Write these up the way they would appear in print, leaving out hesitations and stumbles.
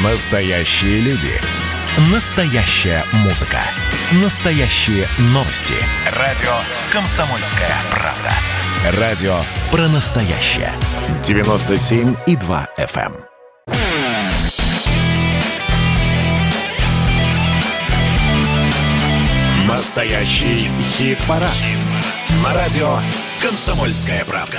Настоящие люди. Настоящая музыка. Настоящие новости. Радио «Комсомольская правда». Радио про настоящее. 97,2 FM. Настоящий хит-парад. На радио «Комсомольская правда».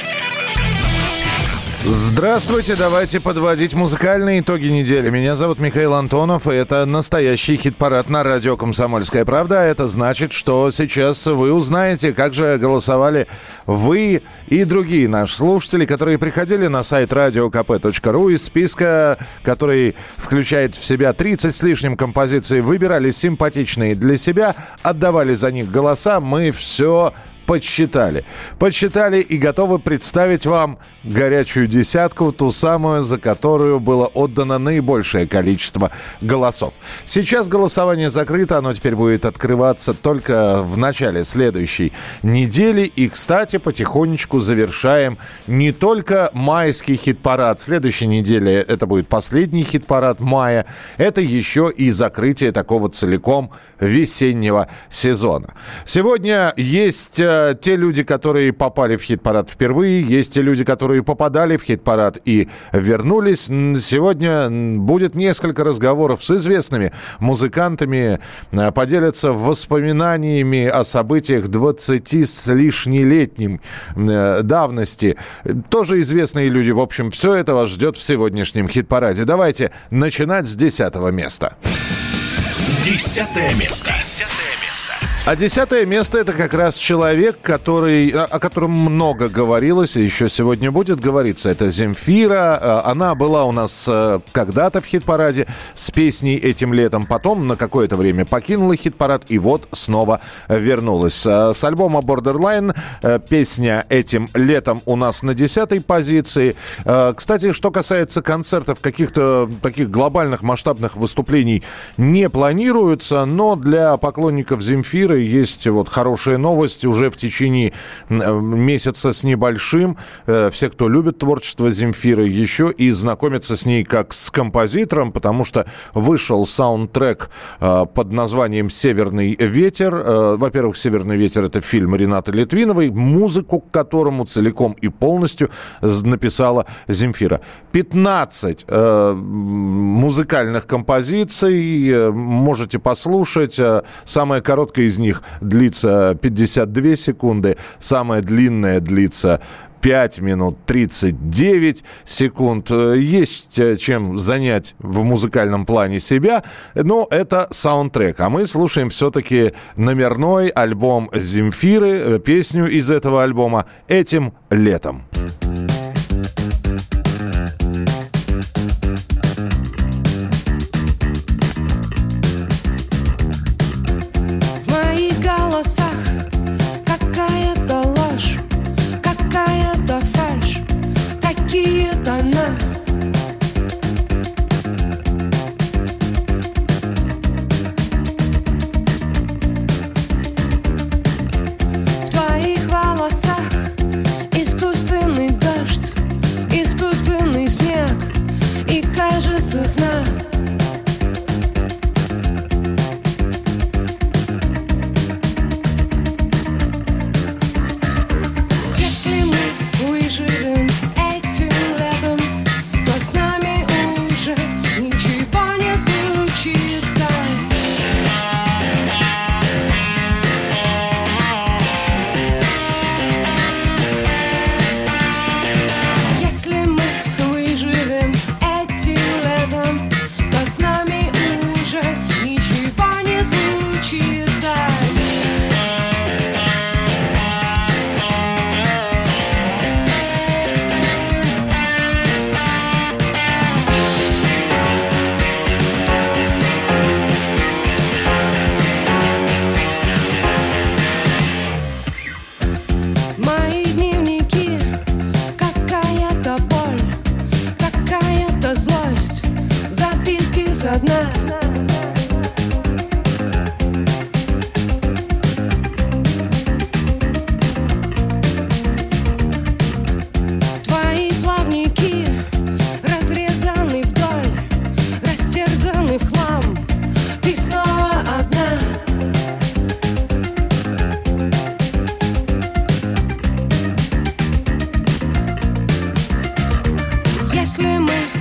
Здравствуйте, давайте подводить музыкальные итоги недели. Меня зовут Михаил Антонов, и это настоящий хит-парад на радио «Комсомольская правда». Это значит, что сейчас вы узнаете, как же голосовали вы и другие наши слушатели, которые приходили на сайт radiokp.ru. Из списка, который включает в себя 30 с лишним композиций, выбирали симпатичные для себя, отдавали за них голоса. Мы все подсчитали и готовы представить вам горячую десятку, ту самую, за которую было отдано наибольшее количество голосов. Сейчас голосование закрыто, оно теперь будет открываться только в начале следующей недели. И, кстати, потихонечку завершаем не только майский хит-парад. Следующей неделе это будет последний хит-парад мая. Это еще и закрытие такого целиком весеннего сезона. Сегодня есть те люди, которые попали в хит-парад впервые, есть те люди, которые попадали в хит-парад и вернулись. Сегодня будет несколько разговоров с известными музыкантами, поделятся воспоминаниями о событиях 20 с лишнелетней давности. Тоже известные люди. В общем, все это вас ждет в сегодняшнем хит-параде. Давайте начинать с 10-го места. 10-е место. А 10-е место — это как раз человек, о котором много говорилось и еще сегодня будет говориться. Это Земфира. Она была у нас когда-то в хит-параде с песней «Этим летом». Потом на какое-то время покинула хит-парад и вот снова вернулась. С альбома Borderline песня «Этим летом» у нас на 10-й позиции. Кстати, что касается концертов, каких-то таких глобальных масштабных выступлений не планируется, но для поклонников Земфиры есть вот хорошая новость. Уже в течение месяца с небольшим все, кто любит творчество Земфиры, еще и знакомятся с ней как с композитором, потому что вышел саундтрек под названием «Северный ветер». Во-первых, «Северный ветер» — это фильм Ренаты Литвиновой, музыку к которому целиком и полностью написала Земфира. 15 музыкальных композиций можете послушать. Самая короткая из них длится 52 секунды, самая длинная длится 5 минут 39 секунд. Есть чем занять в музыкальном плане себя, но это саундтрек. А мы слушаем все-таки номерной альбом Земфиры, песню из этого альбома «Этим летом».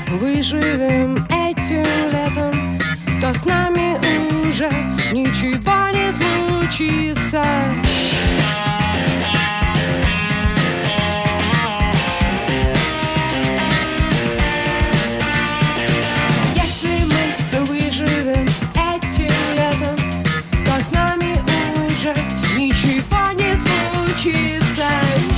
выживем этим летом, то с нами уже ничего не случится. Если мы выживем этим летом, то с нами уже ничего не случится.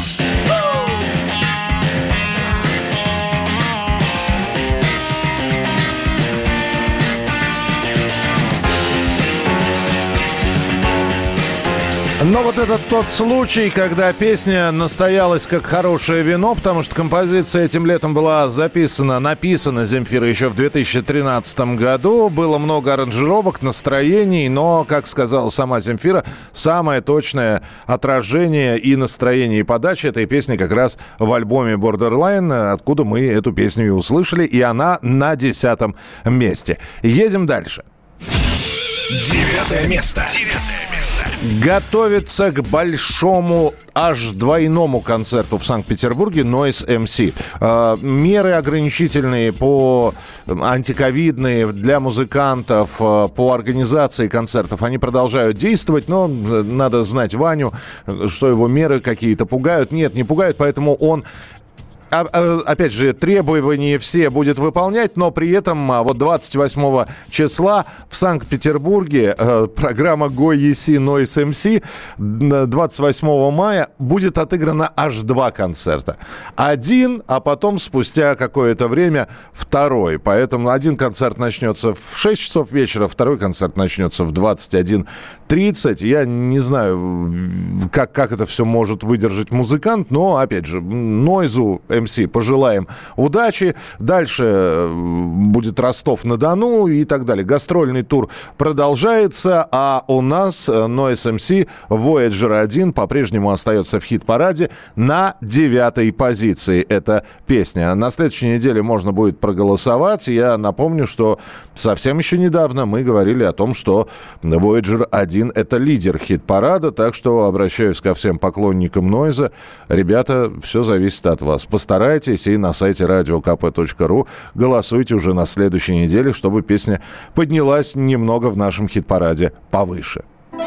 Но вот это тот случай, когда песня настоялась как хорошее вино, потому что композиция этим летом была написана Земфирой еще в 2013 году. Было много аранжировок, настроений, но, как сказала сама Земфира, самое точное отражение и настроение, и подача этой песни как раз в альбоме Borderline, откуда мы эту песню и услышали, и она на 10-м месте. Едем дальше. 9 место. Готовится к большому аж двойному концерту в Санкт-Петербурге Noise MC. Меры ограничительные антиковидные для музыкантов, по организации концертов, они продолжают действовать, но надо знать Ваню, что его меры какие-то пугают. Нет, не пугают, поэтому он... Опять же, требования все будет выполнять, но при этом вот 28 числа в Санкт-Петербурге программа Go EC Noise MC 28 мая будет отыграно аж 2 концерта. Один, а потом спустя какое-то время второй. Поэтому один концерт начнется в 6 часов вечера, второй концерт начнется в 21:30. Я не знаю, как это все может выдержать музыкант, но, опять же, Нойзу МС пожелаем удачи. Дальше будет Ростов-на-Дону и так далее. Гастрольный тур продолжается, а у нас Noise MC Voyager 1 по-прежнему остается в хит-параде на 9-й позиции. Эта песня. На следующей неделе можно будет проголосовать. Я напомню, что совсем еще недавно мы говорили о том, что Voyager 1 это лидер хит-парада, так что обращаюсь ко всем поклонникам Нойза. Ребята, все зависит от вас. Постарайтесь и на сайте radiokp.ru голосуйте уже на следующей неделе, чтобы песня поднялась немного в нашем хит-параде повыше.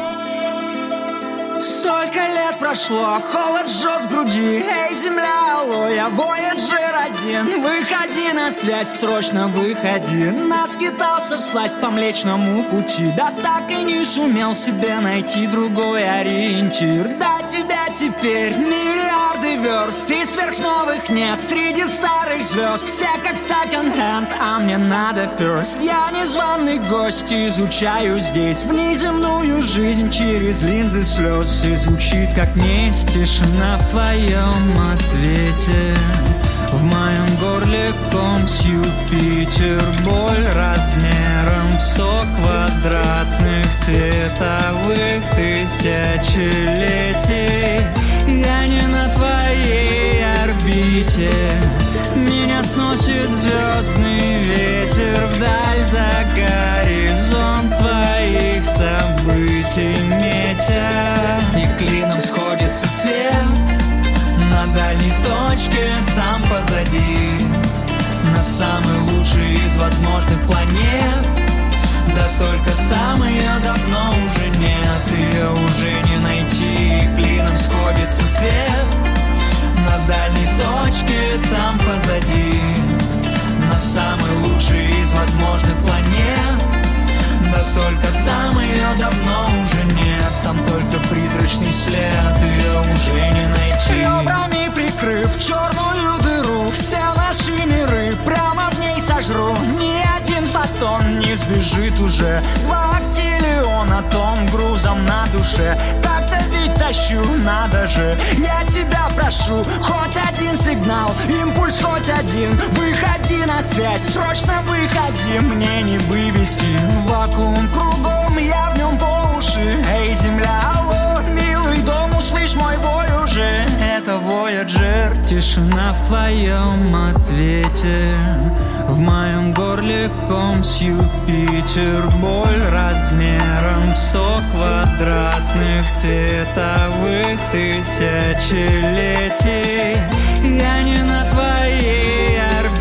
Столько лет прошло, холод жжет в груди. Эй, земля, алло, я Voyager 1. Выходи на связь, срочно выходи. Наскитался всласть по Млечному пути, да так и не сумел себе найти другой ориентир. До тебя теперь миллиарды верст, и сверхновых нет среди старых звезд. Все как second-hand, а мне надо first. Я незваный гость, изучаю здесь внеземную жизнь через линзы слез. И звучит как месть тишина в твоем ответе. В моем горле ком с Юпитер, боль размером в 100 квадратных световых тысячелетий. Я не на твоей орбите, меня сносит звездный ветер вдаль за горизонт твоих событий метя. И клином сходится свет на дальней точке, там позади, на самой лучшей из возможных планет. Да только там ее давно уже нет, ее уже не найти. Клином сходится свет на дальней точке, там позади, на самой лучшей из возможных планет. Да только там ее давно уже нет, там только призрачный след, ее уже не найти. Ребрами прикрыв черную дыру, все наши миры прямо в ней сожру. Ни один фотон не сбежит уже, 2 актиллиона тонн грузом на душе. Так-то ведь тащу, надо же, я тебя прошу, хоть один сигнал, импульс хоть один. Выходи на связь, срочно выходи, мне не вывести. Вакуум кругом, я в нем по уши. Эй, земля, алло, милый дом, услышь мой бой уже. Это Voyager, тишина в твоем ответе. В моем горле ком с Юпитер, боль размером в 100 квадратных световых тысячелетий. Я не на твоей орбите,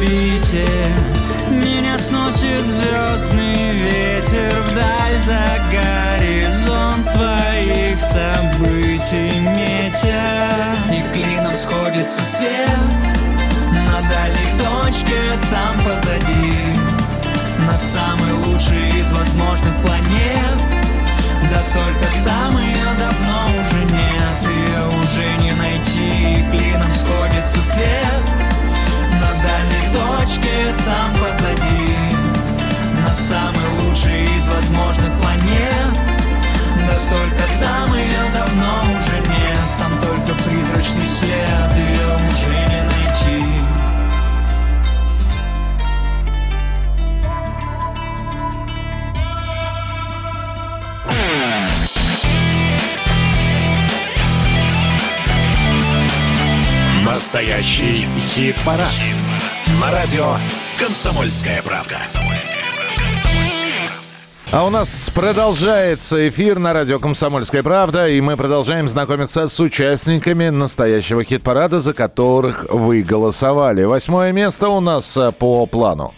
орбите. Меня сносит звездный ветер вдаль за горизонт твоих событий метя. И клином сходится свет на дальней точке там позади, на самой лучшей из возможных планет. Да только там ее давно уже нет, ее уже не найти. Клином сходится свет на дальней точке там позади, на самой лучшей из возможных планет. Да только там ее давно уже нет, там только призрачный след, ее уже не найти. Настоящий хит-парад. На радио «Комсомольская правда». А у нас продолжается эфир на радио «Комсомольская правда», и мы продолжаем знакомиться с участниками настоящего хит-парада, за которых вы голосовали. 8 место у нас по плану.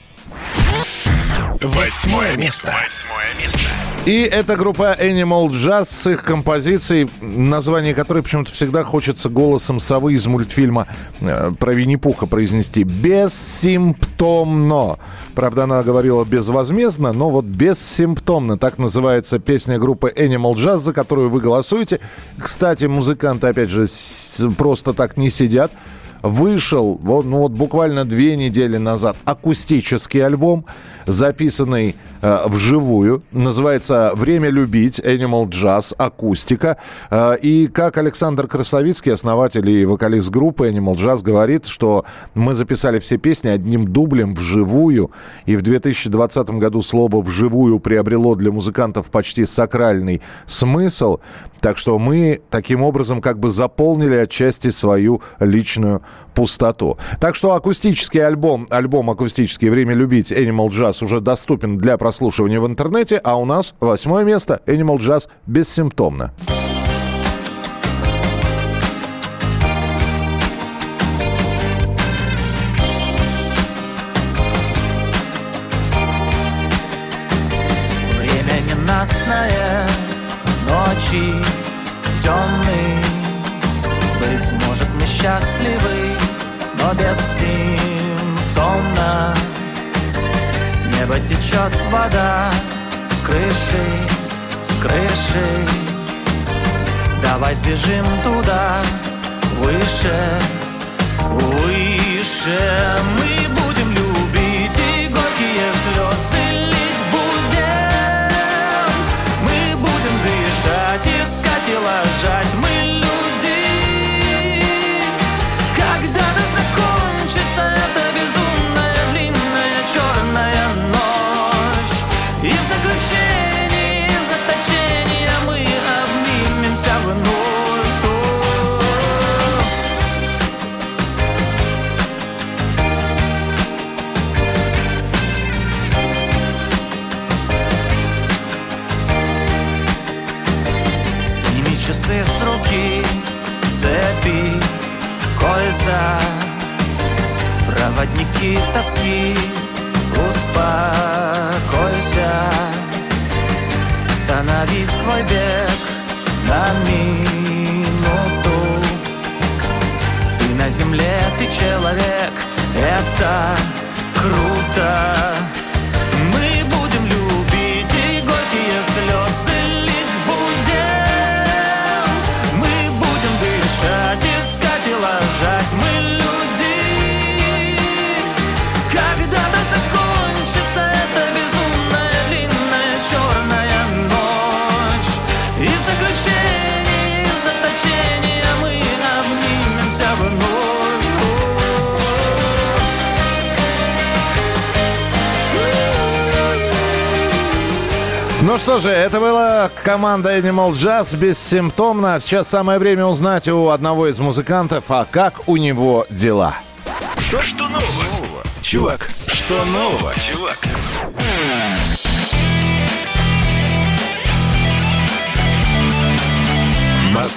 8 место. И это группа Animal Jazz с их композицией, название которой почему-то всегда хочется голосом совы из мультфильма про Винни-Пуха произнести. «Бессимптомно». Правда, она говорила безвозмездно, но вот бессимптомно. Так называется песня группы Animal Jazz, за которую вы голосуете. Кстати, музыканты, опять же, просто так не сидят. Вышел вот буквально 2 недели назад акустический альбом, записанный вживую. Называется «Время любить», Animal Jazz, акустика. И как Александр Красовицкий, основатель и вокалист группы Animal Jazz, говорит, что мы записали все песни одним дублем вживую. И в 2020 году слово «вживую» приобрело для музыкантов почти сакральный смысл. Так что мы таким образом как бы заполнили отчасти свою личную пустоту. Так что акустический альбом акустический «Время любить» Animal Jazz уже доступен для прослушивания в интернете, а у нас 8 место Animal Jazz «Бессимптомно». Время ненастное, ночи темные. Быть может, мы счастливы, но бессимптомно. С неба течет вода, с крыши. Давай сбежим туда, выше. Мы будем любить и горькие слезы лить будем. Мы будем дышать, искать и ложать. Мы люди. Когда-то закончится эта безумная, длинная, черная ночь. И в заключении заточения мы обнимемся вновь. Сними часы с руки, цепи, кольца, проводники тоски. Успокойся, останови свой бег на минуту. Ты на земле, ты человек, это круто. Мы будем любить и горькие слезы лить будем. Мы будем дышать, искать и ложать. Мы люди. Когда-то закончится эта безумная, длинная, черная ночь. И в заключении заточения мы обнимемся вновь. Ну что же, это была команда Animal Jazz «Бессимптомно». Сейчас самое время узнать у одного из музыкантов, а как у него дела. Что нового, чувак? Что нового, чувак?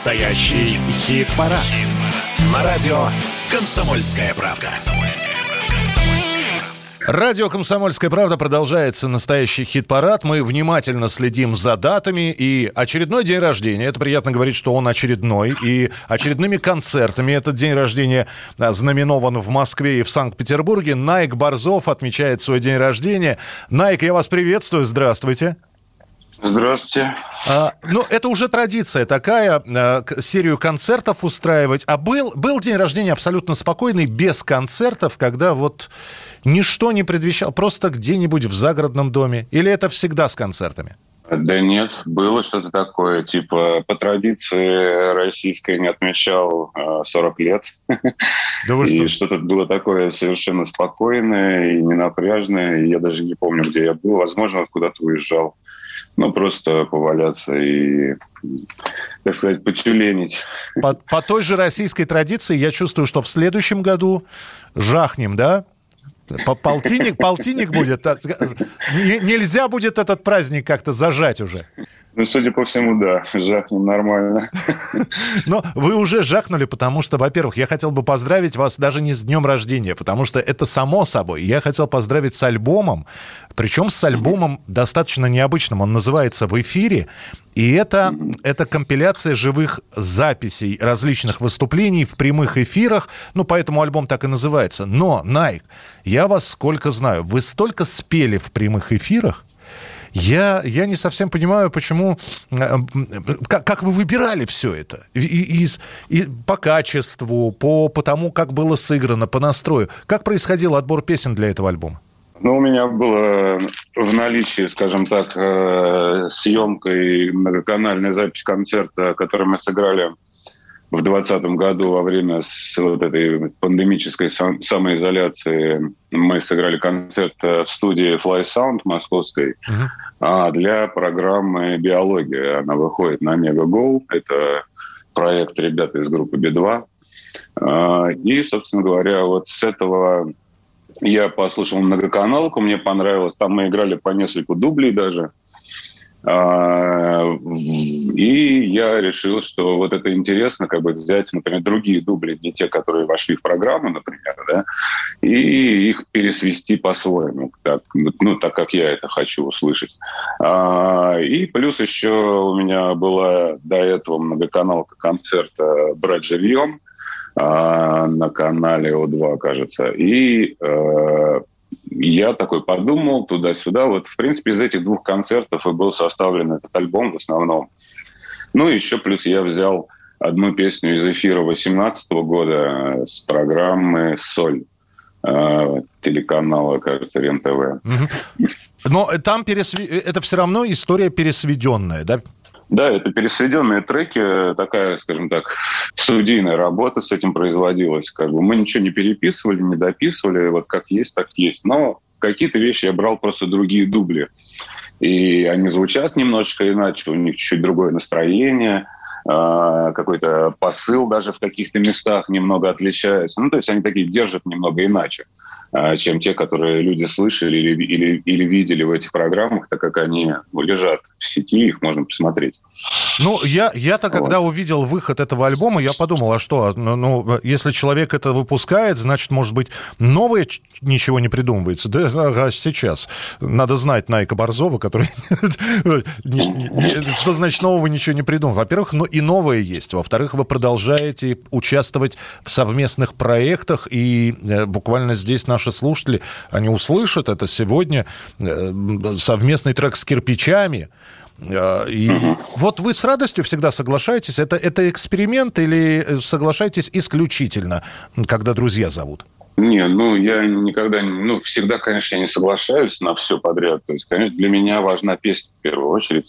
Настоящий хит-парад. На радио «Комсомольская правда». Радио «Комсомольская правда» продолжается настоящий хит-парад. Мы внимательно следим за датами. И очередной день рождения. Это приятно говорить, что он очередной. И очередными концертами этот день рождения знаменован в Москве и в Санкт-Петербурге. Наик Борзов отмечает свой день рождения. Наик, я вас приветствую. Здравствуйте. Здравствуйте. Это уже традиция такая, серию концертов устраивать. А был день рождения абсолютно спокойный, без концертов, когда вот ничто не предвещало, просто где-нибудь в загородном доме? Или это всегда с концертами? Да нет, было что-то такое, типа по традиции российской не отмечал 40 лет. Да вы что? И что-то было такое совершенно спокойное и ненапряжное. И я даже не помню, где я был. Возможно, куда-то уезжал. Просто поваляться и, так сказать, потюленить. По той же российской традиции я чувствую, что в следующем году жахнем, да? Полтинник будет. Нельзя будет этот праздник как-то зажать уже. Судя по всему, да, жахнем нормально. Но вы уже жахнули, потому что, во-первых, я хотел бы поздравить вас даже не с днем рождения, потому что это само собой. Я хотел поздравить с альбомом, причем с альбомом достаточно необычным. Он называется «В эфире», и это компиляция живых записей различных выступлений в прямых эфирах, поэтому альбом так и называется. Но, Наик, я вас сколько знаю, вы столько спели в прямых эфирах. Я не совсем понимаю, почему, как вы выбирали все это и по качеству, по тому, как было сыграно, по настрою. Как происходил отбор песен для этого альбома? У меня было в наличии, скажем так, съемка и многоканальная запись концерта, который мы сыграли в 2020 году во время вот этой пандемической самоизоляции. Мы сыграли концерт в студии Fly Sound московской для программы «Биология». Она выходит на Мегаго. Это проект ребят из группы Би-2. И, собственно говоря, вот с этого я послушал многоканалку, мне понравилось. Там мы играли по нескольку дублей даже. И я решил, что вот это интересно, взять, например, другие дубли, не те, которые вошли в программу, например, да, и их пересвести по-своему, так как я это хочу услышать. И плюс еще у меня была до этого многоканалка концерта «Брать живьем» на канале О2, кажется. И я такой подумал туда-сюда. Вот, в принципе, из этих двух концертов и был составлен этот альбом в основном. Еще плюс я взял одну песню из эфира 2018 года с программы «Соль» телеканала, кажется, РЕН-ТВ. Но там это все равно история пересведенная, да? Да, это пересведенные треки, такая, скажем так, студийная работа с этим производилась. Мы ничего не переписывали, не дописывали, вот как есть, так есть. Но какие-то вещи я брал просто другие дубли. И они звучат немножечко иначе, у них чуть-чуть другое настроение, какой-то посыл даже в каких-то местах немного отличается. То есть они такие держат немного иначе, чем те, которые люди слышали или видели в этих программах, так как они лежат в сети, их можно посмотреть. Я-то, когда увидел выход этого альбома, я подумал, а что, если человек это выпускает, значит, может быть, новое ничего не придумывается. Да, сейчас. Надо знать Наика Борзова, который... Что значит нового ничего не придумал? Во-первых, и новое есть. Во-вторых, вы продолжаете участвовать в совместных проектах, и буквально здесь наши слушатели, они услышат это сегодня, совместный трек с «Кирпичами». И вот вы с радостью всегда соглашаетесь? Это эксперимент или соглашаетесь исключительно, когда друзья зовут? Не, я никогда, всегда, конечно, я не соглашаюсь на все подряд. То есть, конечно, для меня важна песня в первую очередь.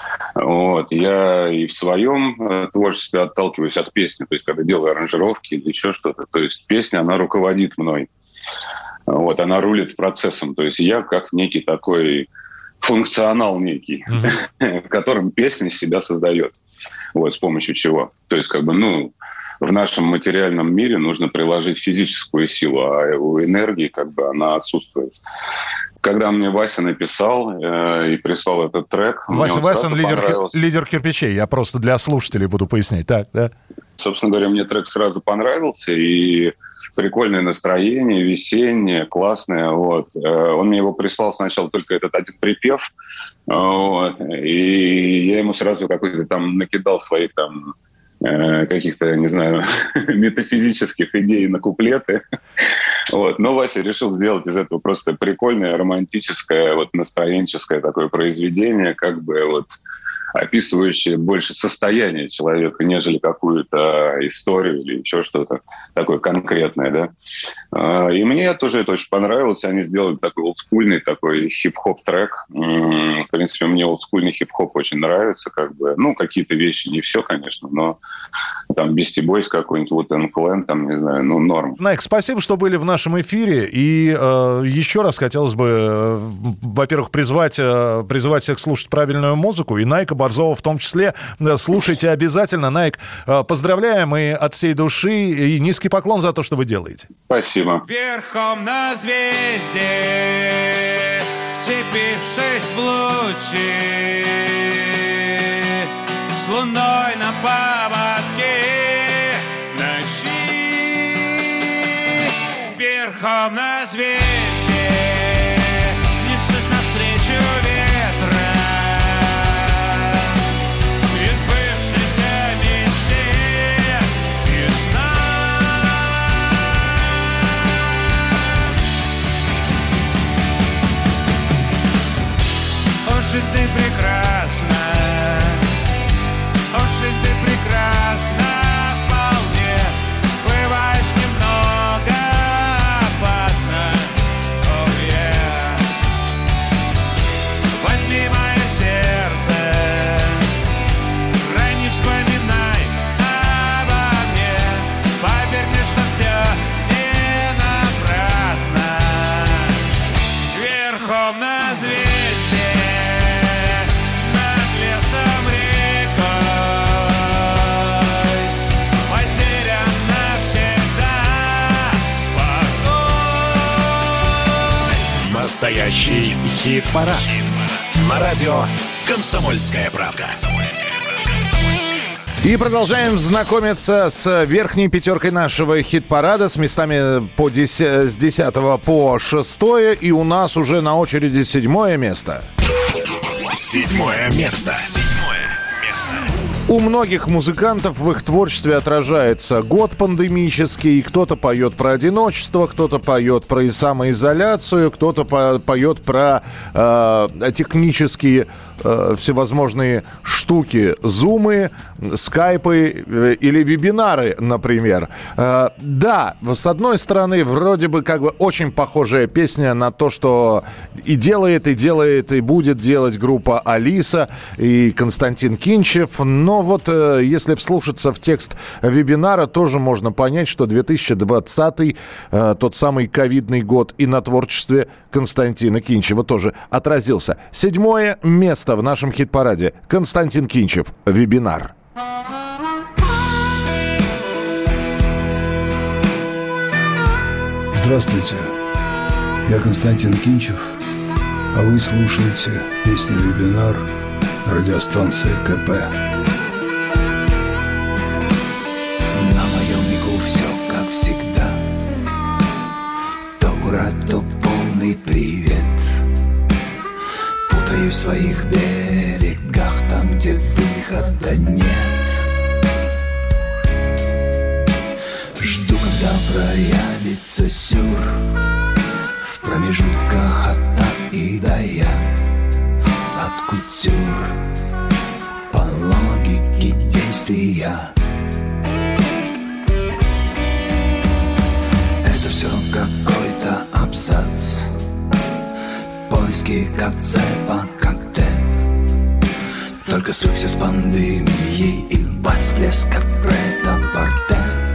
Я и в своем творчестве отталкиваюсь от песни. То есть, когда делаю аранжировки или еще что-то. То есть, песня, она руководит мной. Она рулит процессом. То есть, я как некий такой функционал некий, которым песня себя создает. С помощью чего. То есть, в нашем материальном мире нужно приложить физическую силу, а у энергии она отсутствует. Когда мне Вася написал и прислал этот трек... Вася лидер «Кирпичей», я просто для слушателей буду пояснять. Так, да? Собственно говоря, мне трек сразу понравился, и прикольное настроение, весеннее, классное. Вот. Он мне его прислал сначала только этот один припев, вот. И я ему сразу какой-то там накидал своих там каких-то, не знаю, метафизических идей на куплеты. Вот. Но Вася решил сделать из этого просто прикольное, романтическое, вот, настроенческое такое произведение, как бы вот описывающее больше состояние человека, нежели какую-то историю или еще что-то такое конкретное, да. И мне тоже это очень понравилось. Они сделали такой олдскульный, такой хип-хоп трек. В принципе, мне олдскульный хип-хоп очень нравится, как бы. Ну, какие-то вещи, не все, конечно, но там Beastie Boys какой-нибудь, вот Clan, там, не знаю, ну, норм. Найк, спасибо, что были в нашем эфире. И еще раз хотелось бы, во-первых, призвать всех слушать правильную музыку. И Найка Борзова в том числе. Слушайте обязательно. Найк, поздравляем и от всей души. И низкий поклон за то, что вы делаете. Спасибо. Верхом на звезде, вцепившись в лучи, с луной на поводке ночи. Верхом на звезде, несусь навстречу ветра, из сбывшейся мечты и сна. О, жизнь ты прекрасна, о, жизнь ты прекрасна вполне, бываешь немного опасна, oh yeah. Возьми мое сердце, крайне вспоминай обо мне, поверь мне, что все не напрасно. Верхом на звезде, над лесом рекой, потерян навсегда покой. Настоящий хит-парад. На радио «Комсомольская правда». И продолжаем знакомиться с верхней пятеркой нашего хит-парада с местами с 10 по 6. И у нас уже на очереди 7 место. 7 место. У многих музыкантов в их творчестве отражается год пандемический. Кто-то поет про одиночество, кто-то поет про самоизоляцию, кто-то поет про технические всевозможные штуки, зумы, скайпы или вебинары, например. Да, с одной стороны, вроде бы как бы очень похожая песня на то, что и делает, и будет делать группа Алиса и Константин Кинчев. Но вот если вслушаться в текст вебинара, тоже можно понять, что 2020 тот самый ковидный год и на творчестве Константина Кинчева тоже отразился. 7 место в нашем хит-параде. Константин Кинчев. Вебинар. Здравствуйте, я Константин Кинчев, а вы слушаете песню «Вебинар» на радиостанции КП. На моем веку все как всегда, то ура, то полный привет. Путаюсь в своих берегах, там, где выхода нет. Жду, когда проявится сюр в промежутках от «а» и до «я». От кутюр по логике действия. Это все какой-то абзац, поиски концепта коктейль. Только свыкся с пандемией и бац, блеск как прет-а-порте.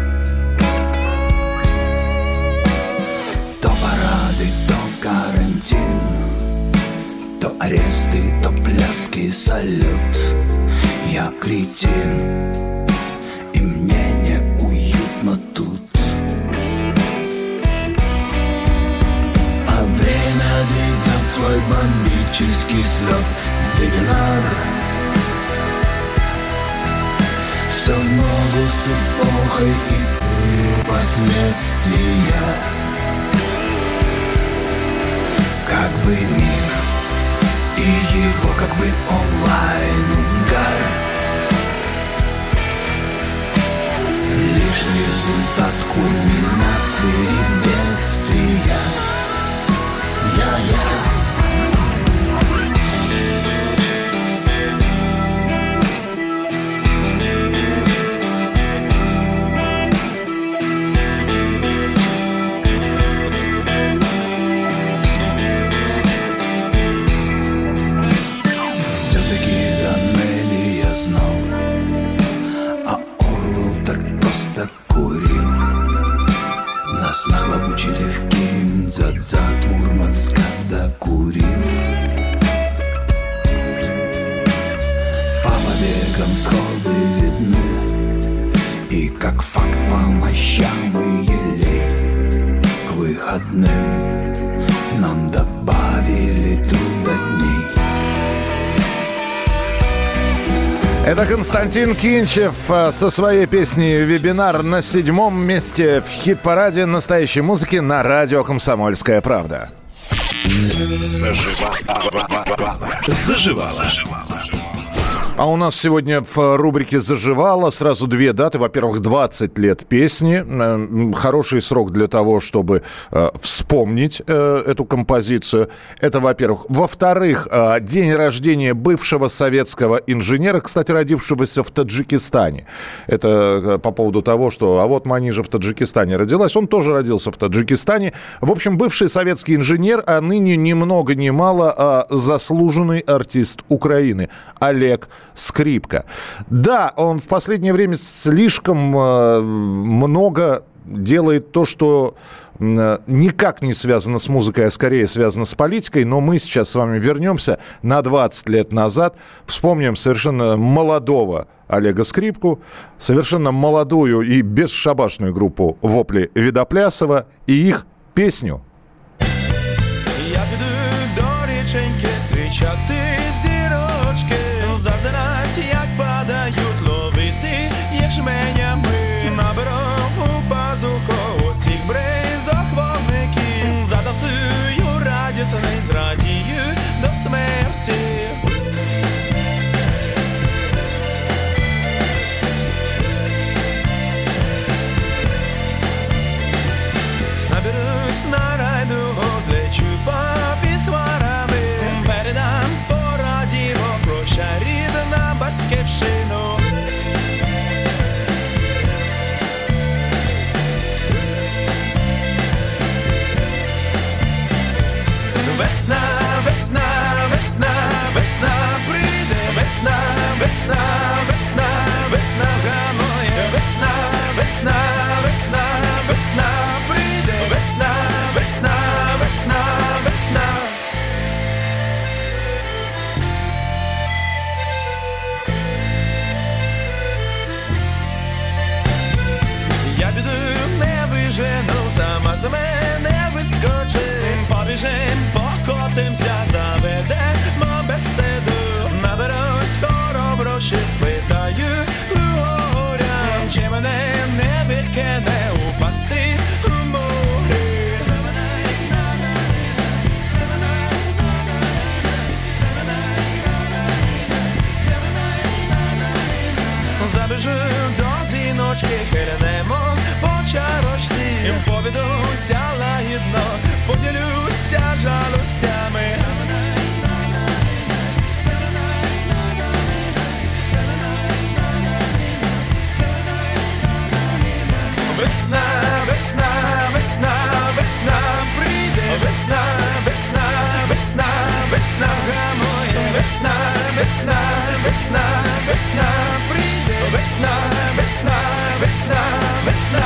То парады, то карантин, то аресты, то пляски, салют. Я кретин, и мне неуютно тут. А время ведет свой бомбический слет. Вебинар все в ногу с эпохой и последствия. Как бы мир и его как бы онлайн-угар, лишь результат кульминации бедствия. Все-таки тоннели я знал, а Орвелл так просто курил. Нас нахлобучили в Кинзадза от Мурманска до Курил. По побегам сходы видны, и как факт по мощам и елей. К выходным нам добавили трудодней. Это Константин Кинчев со своей песней «Вебинар» на 7-м месте в хит-параде настоящей музыки на радио «Комсомольская правда». Заживала. А у нас сегодня в рубрике «Заживало» сразу две даты. Во-первых, 20 лет песни. Хороший срок для того, чтобы вспомнить эту композицию. Это, во-первых. Во-вторых, день рождения бывшего советского инженера, кстати, родившегося в Таджикистане. Это по поводу того, что а вот Манижа в Таджикистане родилась. Он тоже родился в Таджикистане. В общем, бывший советский инженер, а ныне ни много ни мало заслуженный артист Украины Олег Скрипка. Да, он в последнее время слишком много делает то, что никак не связано с музыкой, а скорее связано с политикой. Но мы сейчас с вами вернемся на 20 лет назад. Вспомним совершенно молодого Олега Скрипку, совершенно молодую и бесшабашную группу «Вопли Видоплясова» и их песню. Я піду до річеньки зустрічати зірочки, зазирать, як падають, ловити ячменями. Наберу у пазуху оцих бризок вогників, затанцюю радісний, зрадію до смерті. Наберусь на райду, злечу попід хмарами, передам по радіо, прощай рідна батьківщину. Весна, весна, весна, весна прийде, весна, весна, весна, весна гамує, весна, весна, весна, весна прийде, весна, весна, весна, весна. Я піду, не вижену, сама за мене вискочить, побіжим, покотимся, заведемо беседу, наберусь хороброші, спитаю у горя, чи мене не викине упасти у морі. Забіжу до зіночки, хильнемо по чарочці, повідуся лагідно, поділюся жалостями. Весна, весна, весна, весна прийде, весна, весна, весна, весна гамує, весна, весна, весна, весна прийде, весна, весна, весна, весна.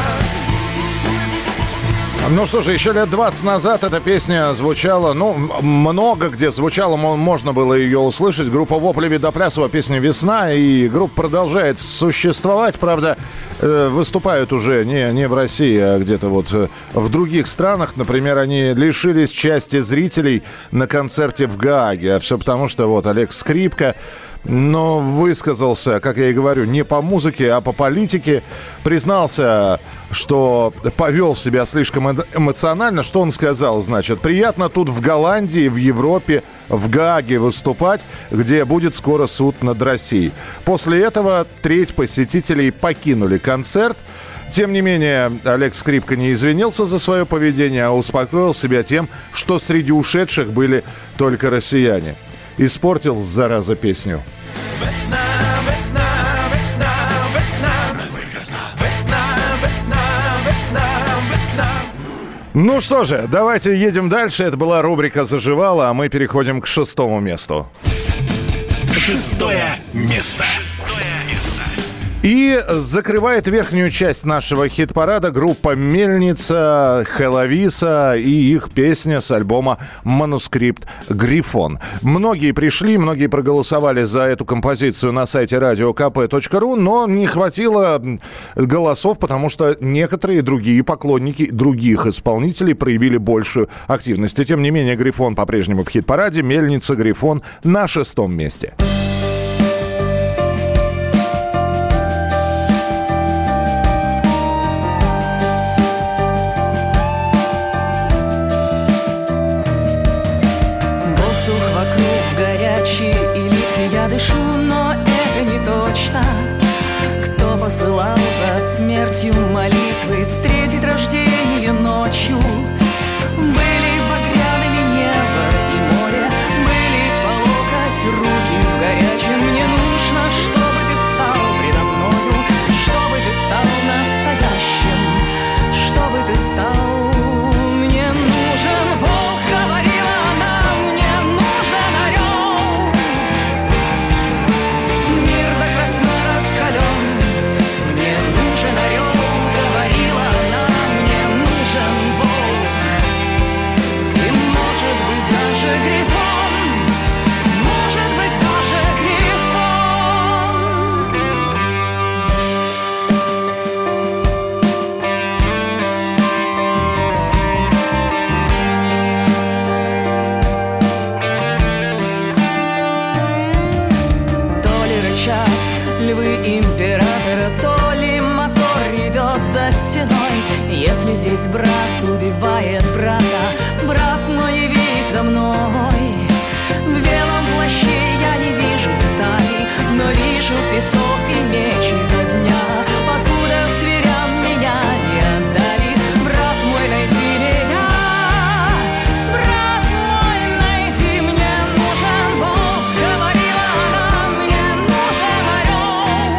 Ну что же, еще лет 20 назад эта песня звучала, много где звучала, можно было ее услышать. Группа «Вопли Видоплясова», песня «Весна», и группа продолжает существовать, правда, выступают уже не в России, а где-то вот в других странах. Например, они лишились части зрителей на концерте в Гааге, а все потому, что вот Олег Скрипка но высказался, как я и говорю, не по музыке, а по политике. Признался, что повел себя слишком эмоционально. Что он сказал? Значит, приятно тут в Голландии, в Европе, в Гааге выступать, где будет скоро суд над Россией. После этого треть посетителей покинули концерт. Тем не менее, Олег Скрипка не извинился за свое поведение, а успокоил себя тем, что среди ушедших были только россияне. Испортил, зараза, песню. Весна, весна, весна, весна, весна, весна, весна, весна. Ну что же, давайте едем дальше. Это была рубрика «Заживала», а мы переходим к 6-му месту. 6-е место. 6-е место. И закрывает верхнюю часть нашего хит-парада группа «Мельница», «Хелависа» и их песня с альбома «Манускрипт Грифон». Многие пришли, многие проголосовали за эту композицию на сайте radiokp.ru, но не хватило голосов, потому что некоторые другие поклонники других исполнителей проявили большую активность. И тем не менее, «Грифон» по-прежнему в хит-параде, «Мельница», «Грифон» на 6-м месте. Но это не точно. Кто посылал за смертью молитвы встретить рождение ночью? Были багряными небо и море, были по локоть руки в горячем. Мне нужно, чтобы ты встал предо мною, чтобы ты стал настоящим, чтобы ты стал. Мне нужен волк, говорила она, мне нужен орел. Мир до красна раскален, мне нужен орел, говорила она, мне нужен волк. И может быть даже грифон, может быть даже львы императора, то ли мотор ревет за стеной. Если здесь брат убивает брата, брат мой, явись за мной. В белом плаще я не вижу деталей, но вижу песок и меч изо дня. Покуда зверям меня не отдали, брат мой, найди меня. Брат мой, найди, мне нужен волк, говорила она, мне нужен орел.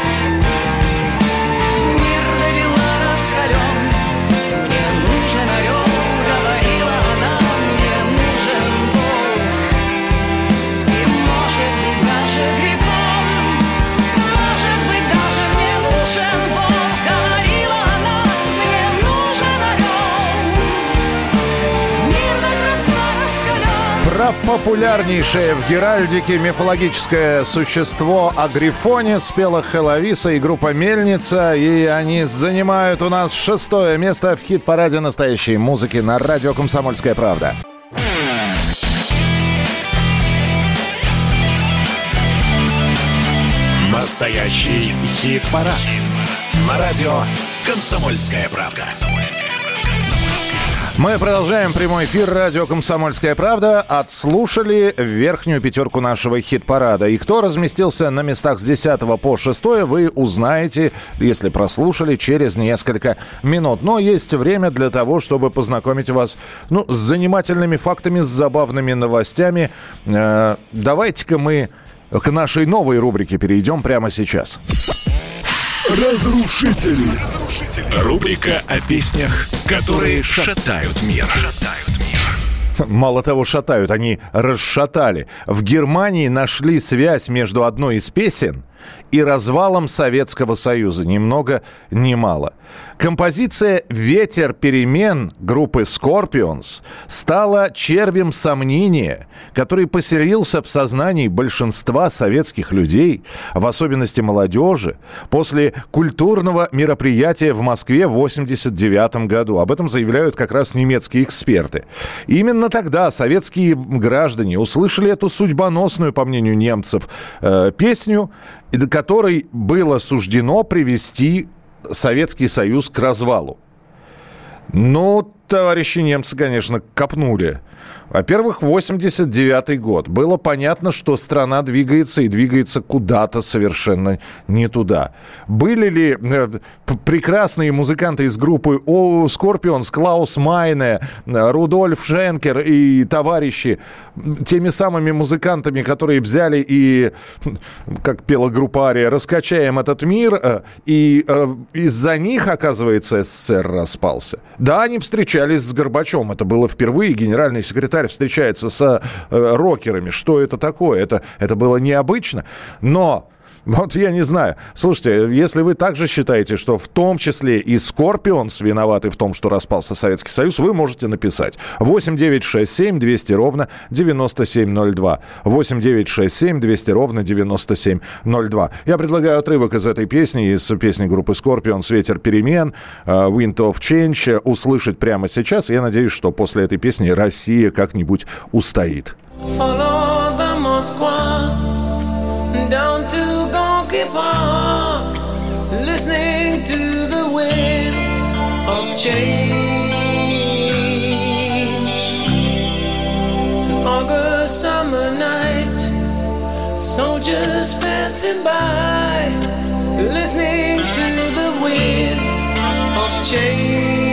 Мир довела раскален, мне нужен орел, говорила она, мне нужен волк. И может быть даже грифон, может быть даже мне нужен волк, говорила она, мне нужен орел. Мир до красна раскален. Про популярнейшее в геральдике мифологическое существо о Грифоне спела Хелависа и группа «Мельница». И они занимают у нас 6-е место в хит-параде настоящей музыки на радио «Комсомольская правда». Настоящий хит-парад. На радио «Комсомольская правда». Мы продолжаем прямой эфир радио «Комсомольская правда». Отслушали верхнюю пятерку нашего хит-парада. И кто разместился на местах с 10 по 6, вы узнаете, если прослушали, через несколько минут. Но есть время для того, чтобы познакомить вас с занимательными фактами, с забавными новостями. Давайте-ка мы к нашей новой рубрике перейдем прямо сейчас. Разрушители. Рубрика о песнях, которые шатают мир. Мало того, шатают, они расшатали. В Германии нашли связь между одной из песен и развалом Советского Союза. Ни много, ни мало. Композиция «Ветер перемен» группы Scorpions стала червем сомнения, который поселился в сознании большинства советских людей, в особенности молодежи, после культурного мероприятия в Москве в 1989 году. Об этом заявляют как раз немецкие эксперты. Именно тогда советские граждане услышали эту судьбоносную, по мнению немцев, песню, которой было суждено привести Советский Союз к развалу. Ну, товарищи немцы, конечно, копнули. Во-первых, 89-й год. Было понятно, что страна двигается и двигается куда-то совершенно не туда. Были ли прекрасные музыканты из группы Scorpions, Клаус Майне, Рудольф Шенкер и товарищи теми самыми музыкантами, которые взяли и, как пела группа Ария, раскачаем этот мир, и из-за них, оказывается, СССР распался? Да, они встречались с Горбачевым. Это было впервые. Генеральный секретарь встречается с рокерами. Что это такое? Это было необычно. Но вот я не знаю. Слушайте, если вы также считаете, что в том числе и Scorpions виноваты в том, что распался Советский Союз, вы можете написать 8-967 200 9702. 8-967 200 9702. Я предлагаю отрывок из этой песни, из песни группы Scorpions «Ветер перемен», «Wind of Change» услышать прямо сейчас. Я надеюсь, что после этой песни Россия как-нибудь устоит. Follow the Moskva down to Gorky Park, listening to the wind of change. An August summer night, soldiers passing by, listening to the wind of change.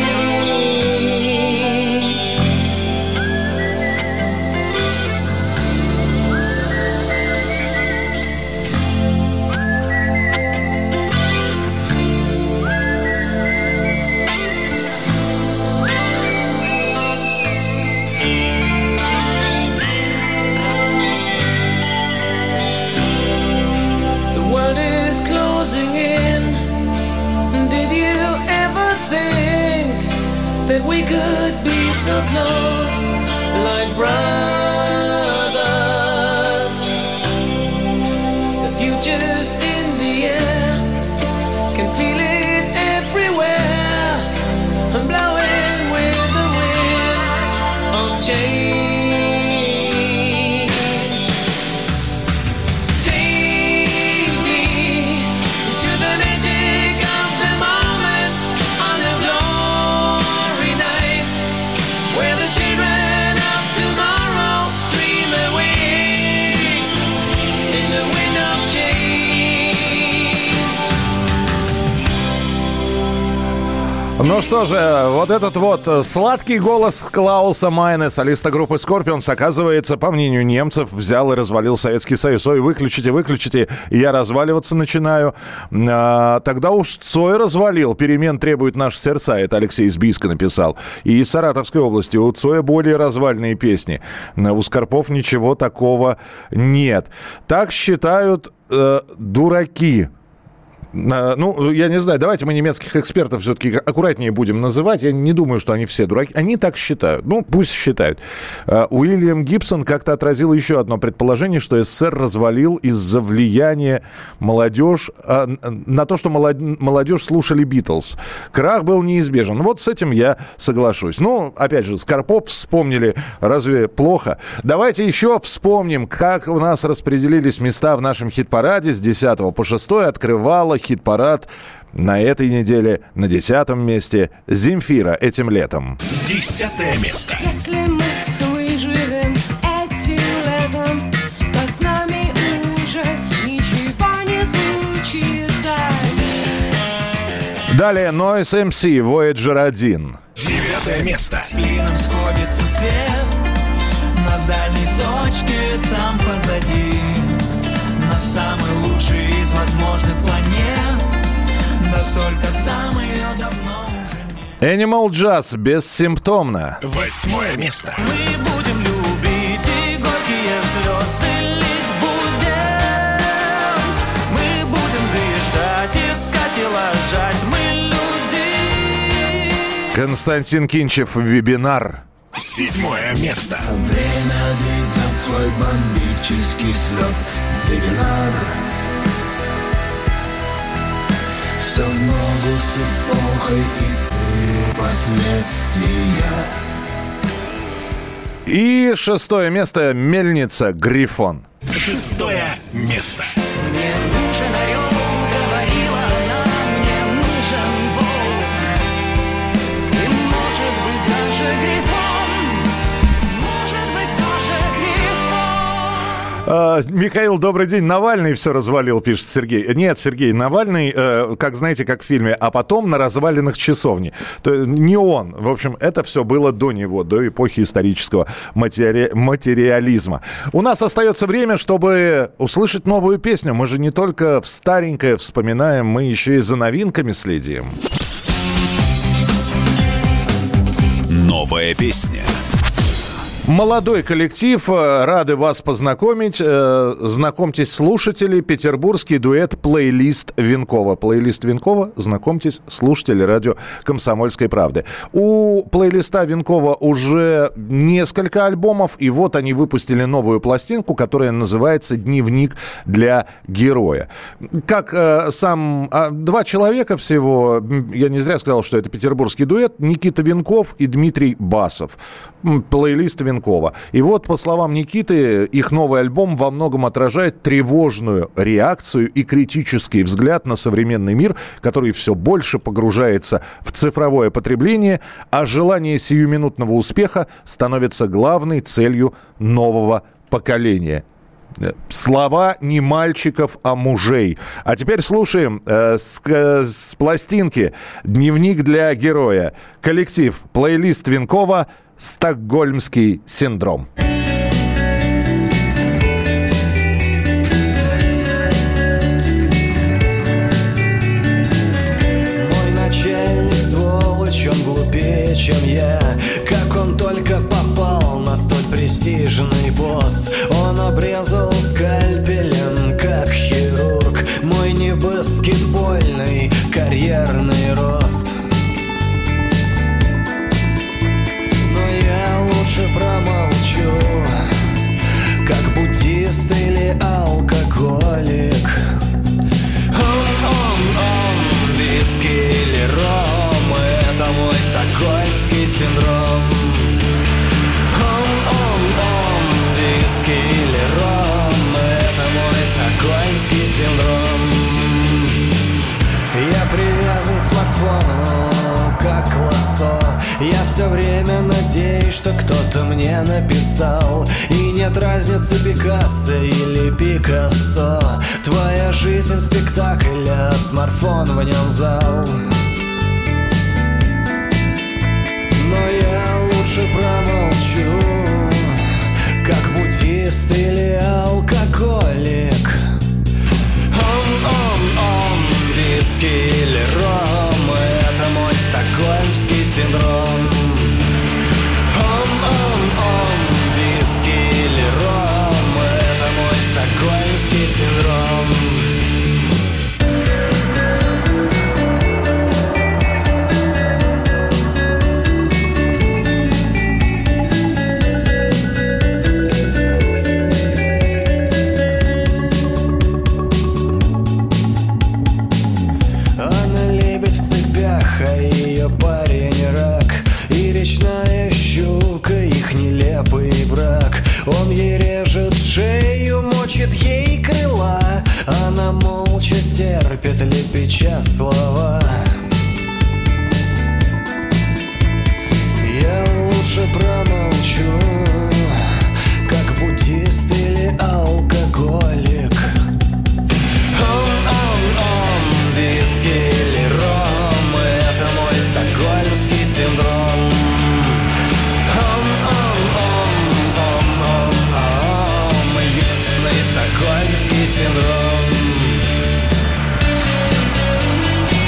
That we could be so close, like brothers. The future's in the air, can feel it everywhere. I'm blowing with the wind of change. Take me to the magic of the moment on a glory night, where the children of tomorrow dream away in the wind of change. Ну что же, вот этот вот сладкий голос Клауса Майне, солиста группы Scorpions, оказывается, по мнению немцев, взял и развалил Советский Союз. Ой, выключите, я разваливаться начинаю. Тогда уж Цой развалил. Перемен требуют наши сердца. Это Алексей из Бийска написал. И из Саратовской области. У Цоя более развальные песни. У Скорпов ничего такого нет. Так считают дураки. Ну, я не знаю, давайте мы немецких экспертов все-таки аккуратнее будем называть. Я не думаю, что они все дураки. Они так считают. Ну, пусть считают. Уильям Гибсон как-то отразил еще одно предположение, что СССР развалил из-за влияния молодежь, на то, что молодежь слушали Битлз. Крах был неизбежен. Вот с этим я соглашусь. Ну, опять же, Скорпов вспомнили. Разве плохо? Давайте еще вспомним, как у нас распределились места в нашем хит-параде с 10 по 6. Открывала хит-парад на этой неделе на 10-м месте Земфира «Этим летом». 10-е место. Если мы выживем этим летом, то с нами уже ничего не случится. Далее Noise MC Voyager 1. 9-е место. Клином сходится свет на дальней точке там позади, на самый лучший из возможных планет, да только там ее давно уже нет. Animal Jazz «Бессимптомно». 8-е место. Мы будем любить и горькие слезы лить будем. Мы Константин Кинчев, «Вебинар». 7 место. Время ведет свой бомбический слет. Вебинар. Все в ногу с эпохой и последствия. И 6 место, «Мельница», «Грифон». 6 место. Мне нужен орел, говорила она, мне нужен волк. И может быть даже грифон, может быть даже грифон. Михаил, добрый день. Навальный все развалил, пишет Сергей. Нет, Сергей, Навальный, как знаете, как в фильме, а потом на развалинах часовни. Не он. В общем, это все было до него, до эпохи исторического материализма. У нас остается время, чтобы услышать новую песню. Мы же не только в старенькое вспоминаем, мы еще и за новинками следим. Новая песня. Молодой коллектив, рады вас познакомить. Знакомьтесь, слушатели, петербургский дуэт «Плейлист Венкова». «Плейлист Венкова», знакомьтесь, слушатели радио «Комсомольской правды». У «Плейлиста Венкова» уже несколько альбомов, и вот они выпустили новую пластинку, которая называется «Дневник для героя». Как два человека всего, я не зря сказал, что это петербургский дуэт, Никита Венков и Дмитрий Басов. «Плейлист Венкова». И вот, по словам Никиты, их новый альбом во многом отражает тревожную реакцию и критический взгляд на современный мир, который все больше погружается в цифровое потребление, а желание сиюминутного успеха становится главной целью нового поколения. Слова не мальчиков, а мужей. А теперь слушаем с пластинки «Дневник для героя». Коллектив «Плейлист Венкова», «Стокгольмский синдром». Мой начальник сволочь, он глупее, чем я. Как он только попал на столь престижный пост. Он обрезал скальпелем, как хирург, мой не баскетбольный карьерный рост. Лучше промолчу, как буддист или алкоголик. Виски или ром, это мой стокгольмский синдром. Виски или ром, это мой стокгольмский синдром. Я привязан к смартфону, как лассо. Я все время надеюсь, что кто-то мне написал. И нет разницы, Пикассо или Пикассо. Твоя жизнь спектакль, а смартфон в нем зал. Но я лучше промолчу, как буддист или алкоголик. Виски или ром, это мой стокгольмский синдром. Виски или ром, это мой стокгольмский синдром. А ее парень рак и речная щука, их нелепый брак. Он ей режет шею, мочит ей крыла. Она молча терпит, лепеча слова. Я лучше промолчу, как буддист или алкоголик. Виски или ром, это мой стокгольмский синдром. Юный стокгольмский синдром.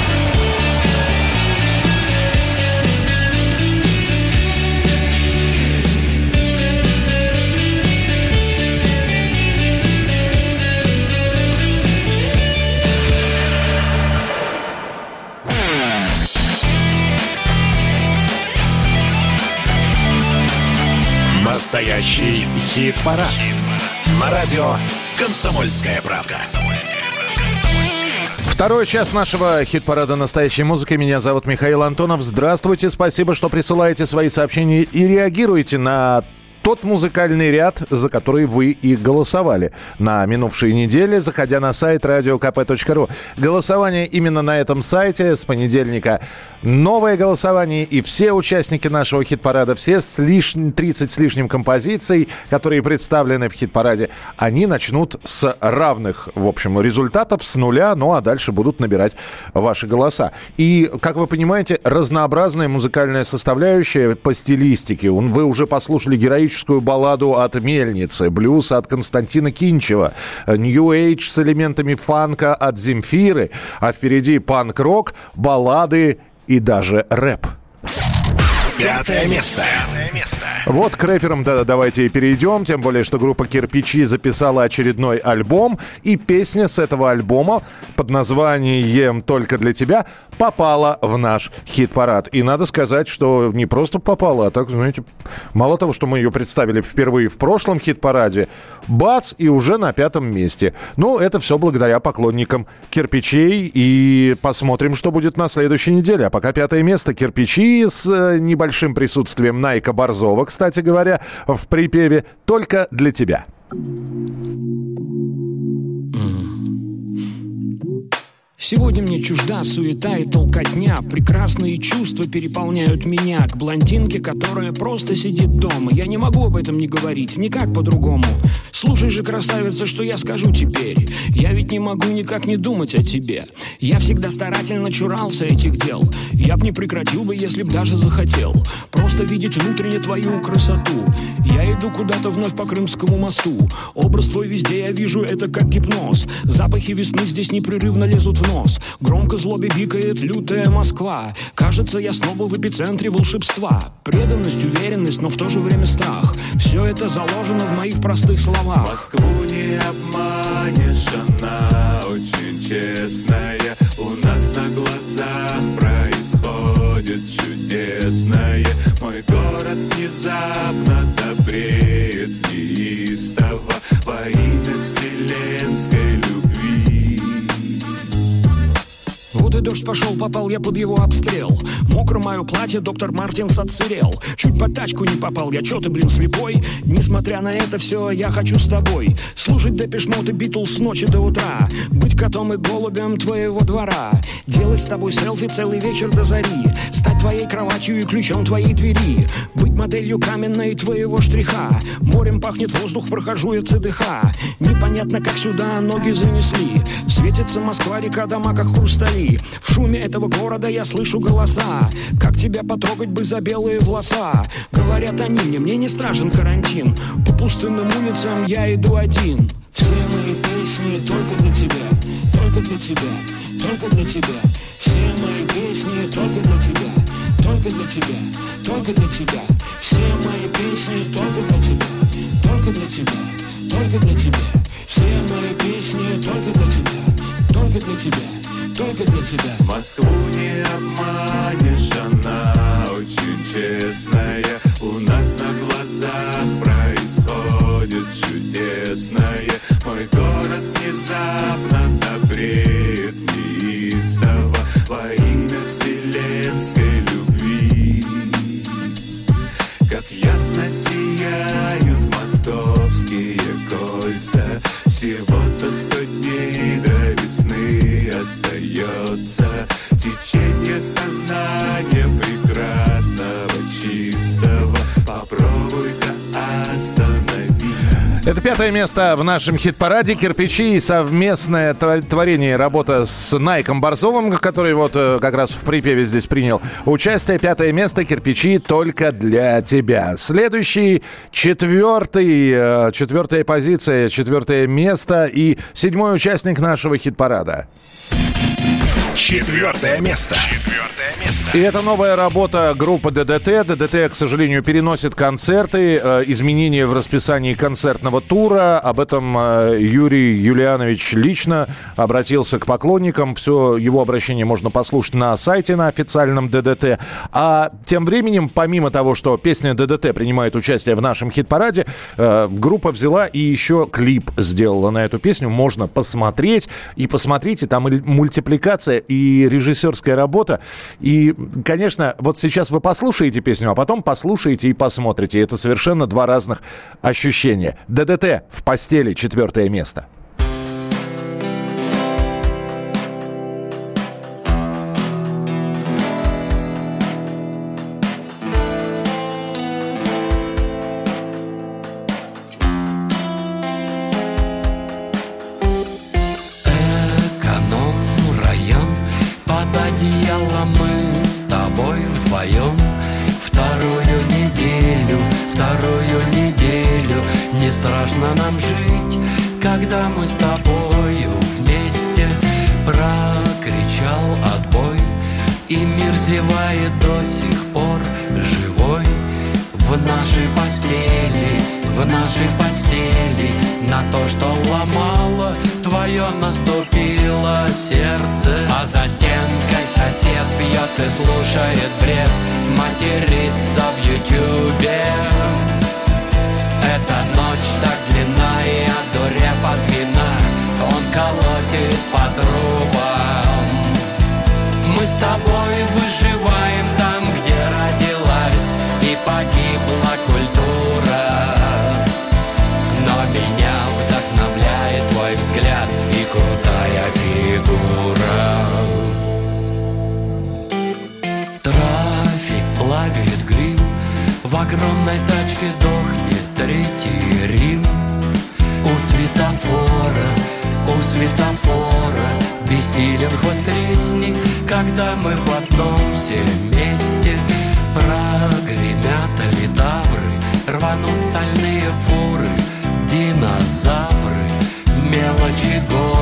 Настоящий хит-парад. На радио «Комсомольская правда». Второй час нашего хит-парада настоящей музыки. Меня зовут Михаил Антонов. Здравствуйте, спасибо, что присылаете свои сообщения и реагируете на тот музыкальный ряд, за который вы и голосовали на минувшей неделе, заходя на сайт radiokp.ru. Голосование именно на этом сайте с понедельника. Новое голосование, и все участники нашего хит-парада, все 30 с лишним композиций, которые представлены в хит-параде, они начнут с равных, в общем, результатов, с нуля, ну а дальше будут набирать ваши голоса. И, как вы понимаете, разнообразная музыкальная составляющая по стилистике. Вы уже послушали героическую балладу от Мельницы, блюз от Константина Кинчева, нью-эйдж с элементами фанка от Земфиры, а впереди панк-рок, баллады и даже рэп. Пятое место. Вот к рэперам давайте и перейдем, тем более, что группа «Кирпичи» записала очередной альбом, и песня с этого альбома под названием «Только для тебя» попала в наш хит-парад. И надо сказать, что не просто попала, а так, знаете, мало того, что мы ее представили впервые в прошлом хит-параде, бац, и уже на 5-м месте. Ну, это все благодаря поклонникам «Кирпичей», и посмотрим, что будет на следующей неделе. А пока 5-е место «Кирпичи» с небольшим присутствием Найка Борзова, кстати говоря, в припеве «Только для тебя». Сегодня мне чужда суета и толкотня. Прекрасные чувства переполняют меня. К блондинке, которая просто сидит дома. Я не могу об этом не говорить, никак по-другому. Слушай же, красавица, что я скажу теперь. Я ведь не могу никак не думать о тебе. Я всегда старательно чурался этих дел. Я б не прекратил бы, если б даже захотел. Просто видеть внутренне твою красоту. Я иду куда-то вновь по Крымскому мосту. Образ твой везде я вижу, это как гипноз. Запахи весны здесь непрерывно лезут в нос. Громко злобе бикает лютая Москва. Кажется, я снова в эпицентре волшебства. Преданность, уверенность, но в то же время страх. Все это заложено в моих простых словах. Москву не обманешь, она очень честная. У нас на глазах происходит чудесное. Мой город внезапно добреет неистово во имя вселенской любви. Вот и дождь пошел, попал я под его обстрел. Мокро мое платье, доктор Мартинс отсырел. Чуть под тачку не попал, я чё ты, блин, слепой? Несмотря на это все, я хочу с тобой слушать Депеш Мод и Битлз с ночи до утра. Быть котом и голубем твоего двора. Делать с тобой селфи целый вечер до зари. Стать твоей кроватью и ключом твоей двери. Быть моделью каменной твоего штриха. Морем пахнет воздух, прохожу я ЦДХ. Непонятно, как сюда ноги занесли. Светится Москва, река, дома, как хрустали. В шуме этого города я слышу голоса. Как тебя потрогать бы за белые волоса? Говорят они мне не страшен карантин. По пустынным улицам я иду один. Все мои песни только для тебя, только для тебя, только для тебя. Все мои песни только для тебя, только для тебя, только для тебя. Все мои песни только для тебя, только для тебя, только для тебя. Все мои песни только для тебя, только для тебя, только для тебя. Москву не обманешь, она очень честная. У нас на глазах происходит чудесное. Мой город внезапно добреет неистово во имя вселенской любви. Как ясно сияют московские кольца. Всего-то 100 дней до весны остается. Течение сознания прекрасного, чистого. Попробуй-ка останови. Это 5-е место в нашем хит-параде. «Кирпичи» — совместное творение, работа с Найком Борзовым, который вот как раз в припеве здесь принял участие. 5-е место «Кирпичи» только для тебя. Следующий, 4-я позиция, 4-е место и 7-й участник нашего хит-парада. 4 место. И это новая работа группы ДДТ. ДДТ, к сожалению, переносит концерты, изменения в расписании концертного тура. Об этом Юрий Юлианович лично обратился к поклонникам. Все его обращение можно послушать на сайте, на официальном ДДТ. А тем временем, помимо того, что песня ДДТ принимает участие в нашем хит-параде, группа взяла и еще клип сделала на эту песню. Можно посмотреть. И посмотрите, там и мультипликация, и режиссерская работа. И, конечно, вот сейчас вы послушаете песню, а потом послушаете и посмотрите. Это совершенно два разных ощущения. ДДТ в постели, 4 место. Страшно нам жить, когда мы с тобою вместе. Прокричал отбой, и мир зевает до сих пор живой. В нашей постели на то, что ломало, твое наступило сердце. А за стенкой сосед пьет и слушает бред, матерится в ютюбе. Эта ночь так длинна, и одурев от вина, он колотит по трубам. Мы с тобой выживаем там, где родилась и погибла культура. Но меня вдохновляет твой взгляд и крутая фигура. Трафик плавит грим, в огромной тачке дохнет Третий Рим. У светофора бессилен хоть тресни, когда мы в одном все вместе. Прогремят литавры, рванут стальные фуры, динозавры, мелочи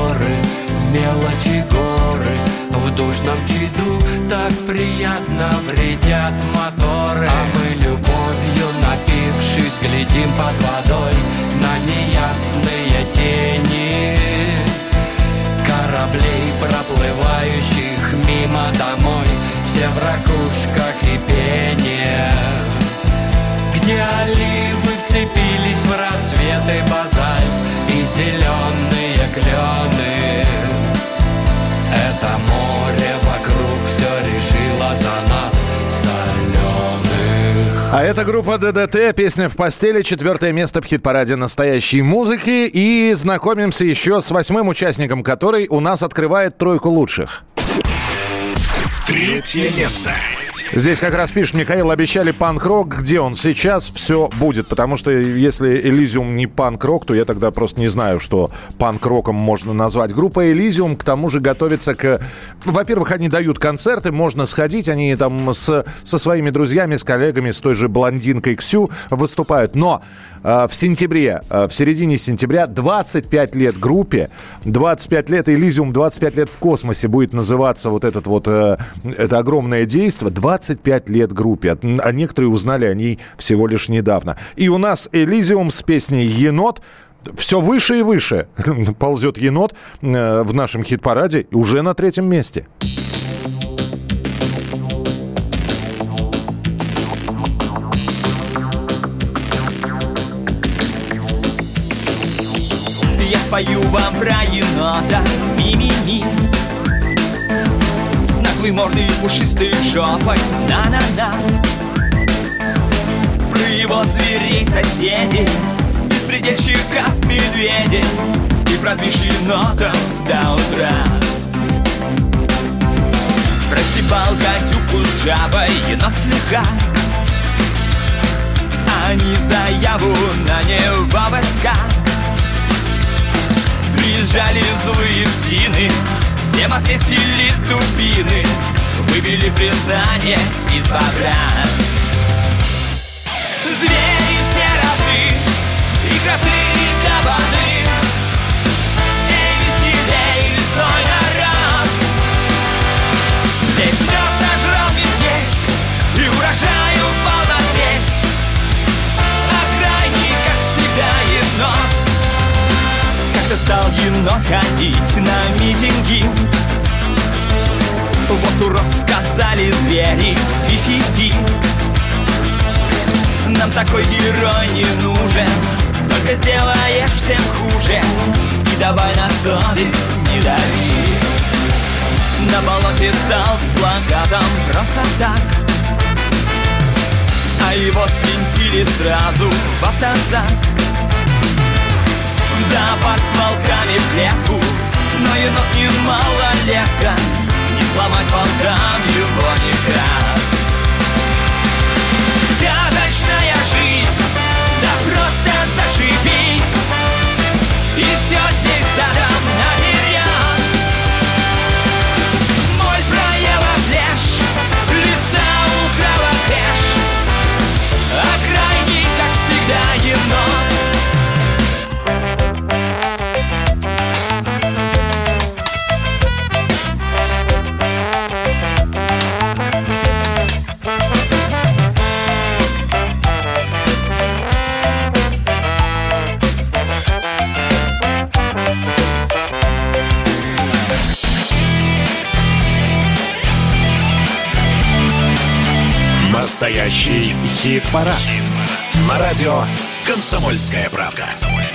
горы. В душном чаду так приятно вредят моторы. А мы любовью напившись, глядим под водой на неясные тени кораблей, проплывающих мимо домой, все в ракушках и пене. Где оливы вцепились в рассветы базальт и зеленые клены. Это море вокруг все решило за нас, соленых. А это группа ДДТ, песня «В постели», 4 место в хит-параде настоящей музыки. И знакомимся еще с 8-м участником, который у нас открывает тройку лучших. 3 место. Здесь как раз пишет Михаил, обещали панк-рок. Где он сейчас? Все будет. Потому что если Элизиум не панк-рок, то я тогда просто не знаю, что панк-роком можно назвать. Группа Элизиум к тому же готовится к... Во-первых, они дают концерты, можно сходить. Они там со своими друзьями, с коллегами, с той же блондинкой Ксю выступают. Но в сентябре, в середине сентября 25 лет группе, 25 лет Элизиум, 25 лет в космосе будет называться вот этот вот, это огромное действо. 25 лет группе, а некоторые узнали о ней всего лишь недавно. И у нас Элизиум с песней «Енот». Все выше и выше ползет енот в нашем хит-параде, уже на 3-м месте. Я спою вам про енота Мимими, с наглой мордой и пушистой жопой, на-на-на. Про его зверей соседей, беспредельщиков медведей, и про движ енотов до утра. Простебал гадюку с жабой енот слегка, они заяву на него войска. Приезжали злые псины, всем отвесили дубины, выбили признание из бобра. Звери все равны, и кроты, и кабаны. Эй, веселей, лесной народ, енот ходить на митинги. Вот урод, сказали звери, фи-фи-фи. Нам такой герой не нужен, только сделаешь всем хуже. И давай на совесть не дави. На болоте встал с плакатом просто так, а его свинтили сразу в автозак. В зоопарк с волками в клетку, но енот не малолетка, не сломать волкам его никак. Сказочная жизнь, да просто зашибись, и все здесь задом наперед. Моль проела плешь, лиса украла кэш, а крайний, как всегда, енот. Настоящий хит-парад. На радио «Комсомольская правда».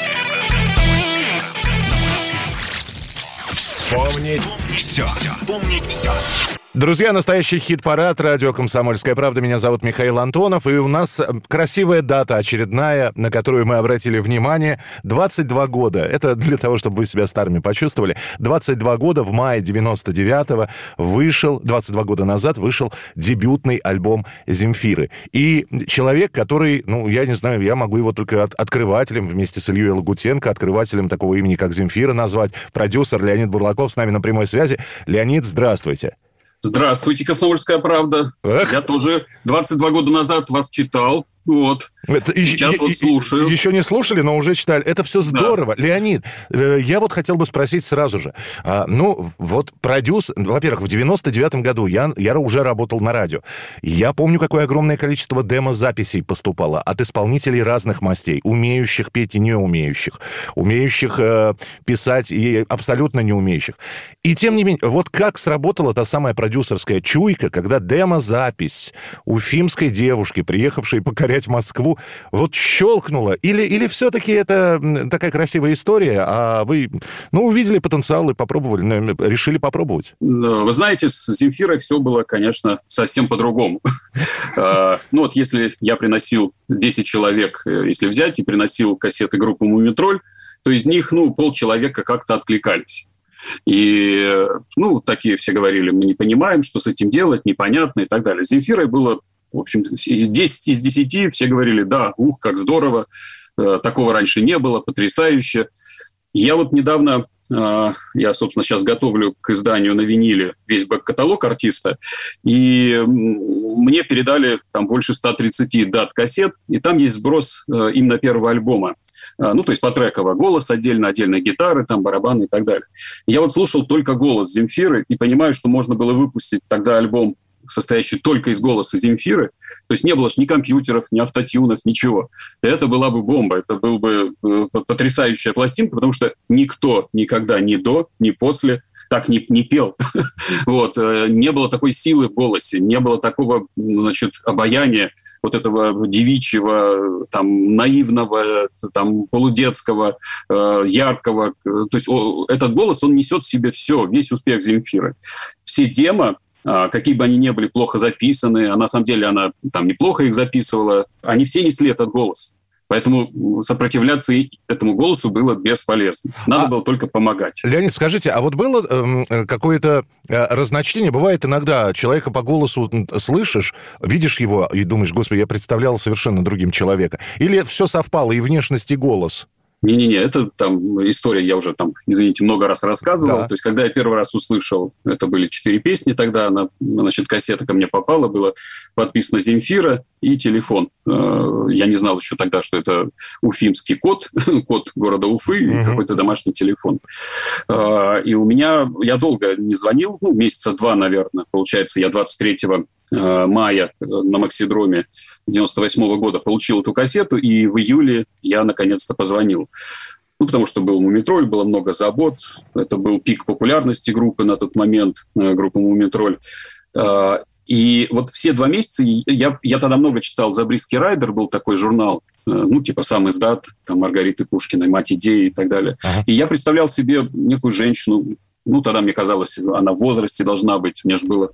Вспомнить все. Вспомнить все. Друзья, настоящий хит-парад, радио «Комсомольская правда». Меня зовут Михаил Антонов, и у нас красивая дата очередная, на которую мы обратили внимание. 22 года. Это для того, чтобы вы себя старыми почувствовали. 22 года в мае 99-го вышел, 22 года назад вышел дебютный альбом «Земфиры». И человек, который, я не знаю, я могу его только открывателем вместе с Ильей Лагутенко, открывателем такого имени, как Земфира, назвать. Продюсер Леонид Бурлаков с нами на прямой связи. Леонид, здравствуйте. Здравствуйте, «Комсомольская правда». Эх. Я тоже 22 года назад вас читал. Вот. Сейчас слушаю. Еще не слушали, но уже читали. Это все здорово. Да. Леонид, я вот хотел бы спросить сразу же. Продюсер... Во-первых, в 99-м году я уже работал на радио. Я помню, какое огромное количество демо-записей поступало от исполнителей разных мастей. Умеющих петь и не умеющих. Умеющих писать и абсолютно не умеющих. И тем не менее, вот как сработала та самая продюсерская чуйка, когда демо-запись уфимской девушки, приехавшей покорять Москву, вот щелкнуло? Или все-таки это такая красивая история, а вы, увидели потенциал и попробовали, решили попробовать? Вы знаете, с Земфирой все было, конечно, совсем по-другому. Если я приносил 10 человек, если взять, и приносил кассеты группы «Мумитроль», то из них, полчеловека как-то откликались. И, такие все говорили, мы не понимаем, что с этим делать, непонятно и так далее. С Земфирой было, в общем, 10 из 10 все говорили, да, как здорово, такого раньше не было, потрясающе. Я вот недавно, я, собственно, сейчас готовлю к изданию на виниле весь бэк-каталог артиста, и мне передали там больше 130 дат кассет, и там есть сброс именно первого альбома. То есть потреково. Голос отдельно гитары, там барабаны и так далее. Я вот слушал только голос Земфиры и понимаю, что можно было выпустить тогда альбом, состоящий только из голоса Земфиры. То есть не было ни компьютеров, ни автотюнов, ничего. Это была бы бомба. Это была бы потрясающая пластинка, потому что никто никогда ни до, ни после так не пел. Не было такой силы в голосе, не было такого, обаяния, вот этого девичьего, наивного, полудетского, яркого. То есть этот голос, он несет в себе весь успех Земфиры. Все демо, какие бы они ни были плохо записаны, а на самом деле она неплохо их записывала, они все несли этот голос. Поэтому сопротивляться этому голосу было бесполезно. Надо было только помогать. Леонид, скажите, а вот было какое-то разночтение? Бывает иногда человека по голосу слышишь, видишь его и думаешь, господи, я представлял совершенно другим человека. Или все совпало, и внешность, и голос? Не-не-не, это история, я уже извините, много раз рассказывал. Да. То есть, когда я первый раз услышал, это были 4 песни тогда, кассета ко мне попала, было подписано «Земфира» и телефон. Я не знал еще тогда, что это уфимский код, код города Уфы, и какой-то домашний телефон. И у меня, я долго не звонил, месяца 2, наверное, получается, я 23 мая на Максидроме 98 года получил эту кассету, и в июле я наконец-то позвонил. потому что был «Мумитроль», было много забот. Это был пик популярности группы на тот момент, группы «Мумитроль». И вот все 2 месяца я тогда много читал «Забриский райдер», был такой журнал, типа «Сам издат», там, Маргариты Пушкиной, «Мать идеи» и так далее. И я представлял себе некую женщину, тогда мне казалось, она в возрасте должна быть. Мне же было,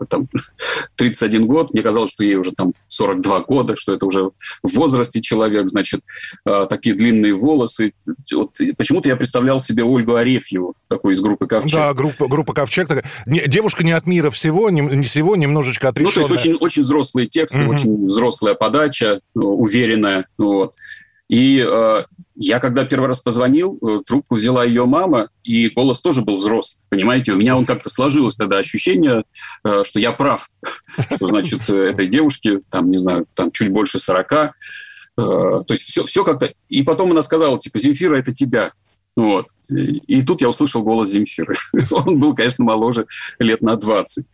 31 год. Мне казалось, что ей уже там 42 года, что это уже в возрасте человек, значит, такие длинные волосы. Вот, почему-то я представлял себе Ольгу Арефьеву, такой из группы «Ковчег». Да, группа «Ковчег». Девушка не от мира всего, немножечко отрешенная. То есть очень, очень взрослые тексты, очень взрослая подача, уверенная. Вот. И я, когда первый раз позвонил, трубку взяла ее мама, и голос тоже был взрослый. Понимаете, у меня как-то сложилось тогда ощущение, что я прав. Что, значит, этой девушке, чуть больше 40. То есть все как-то... И потом она сказала, «Земфира, это тебя». Вот. И тут я услышал голос Земфиры. Он был, конечно, моложе лет на 20.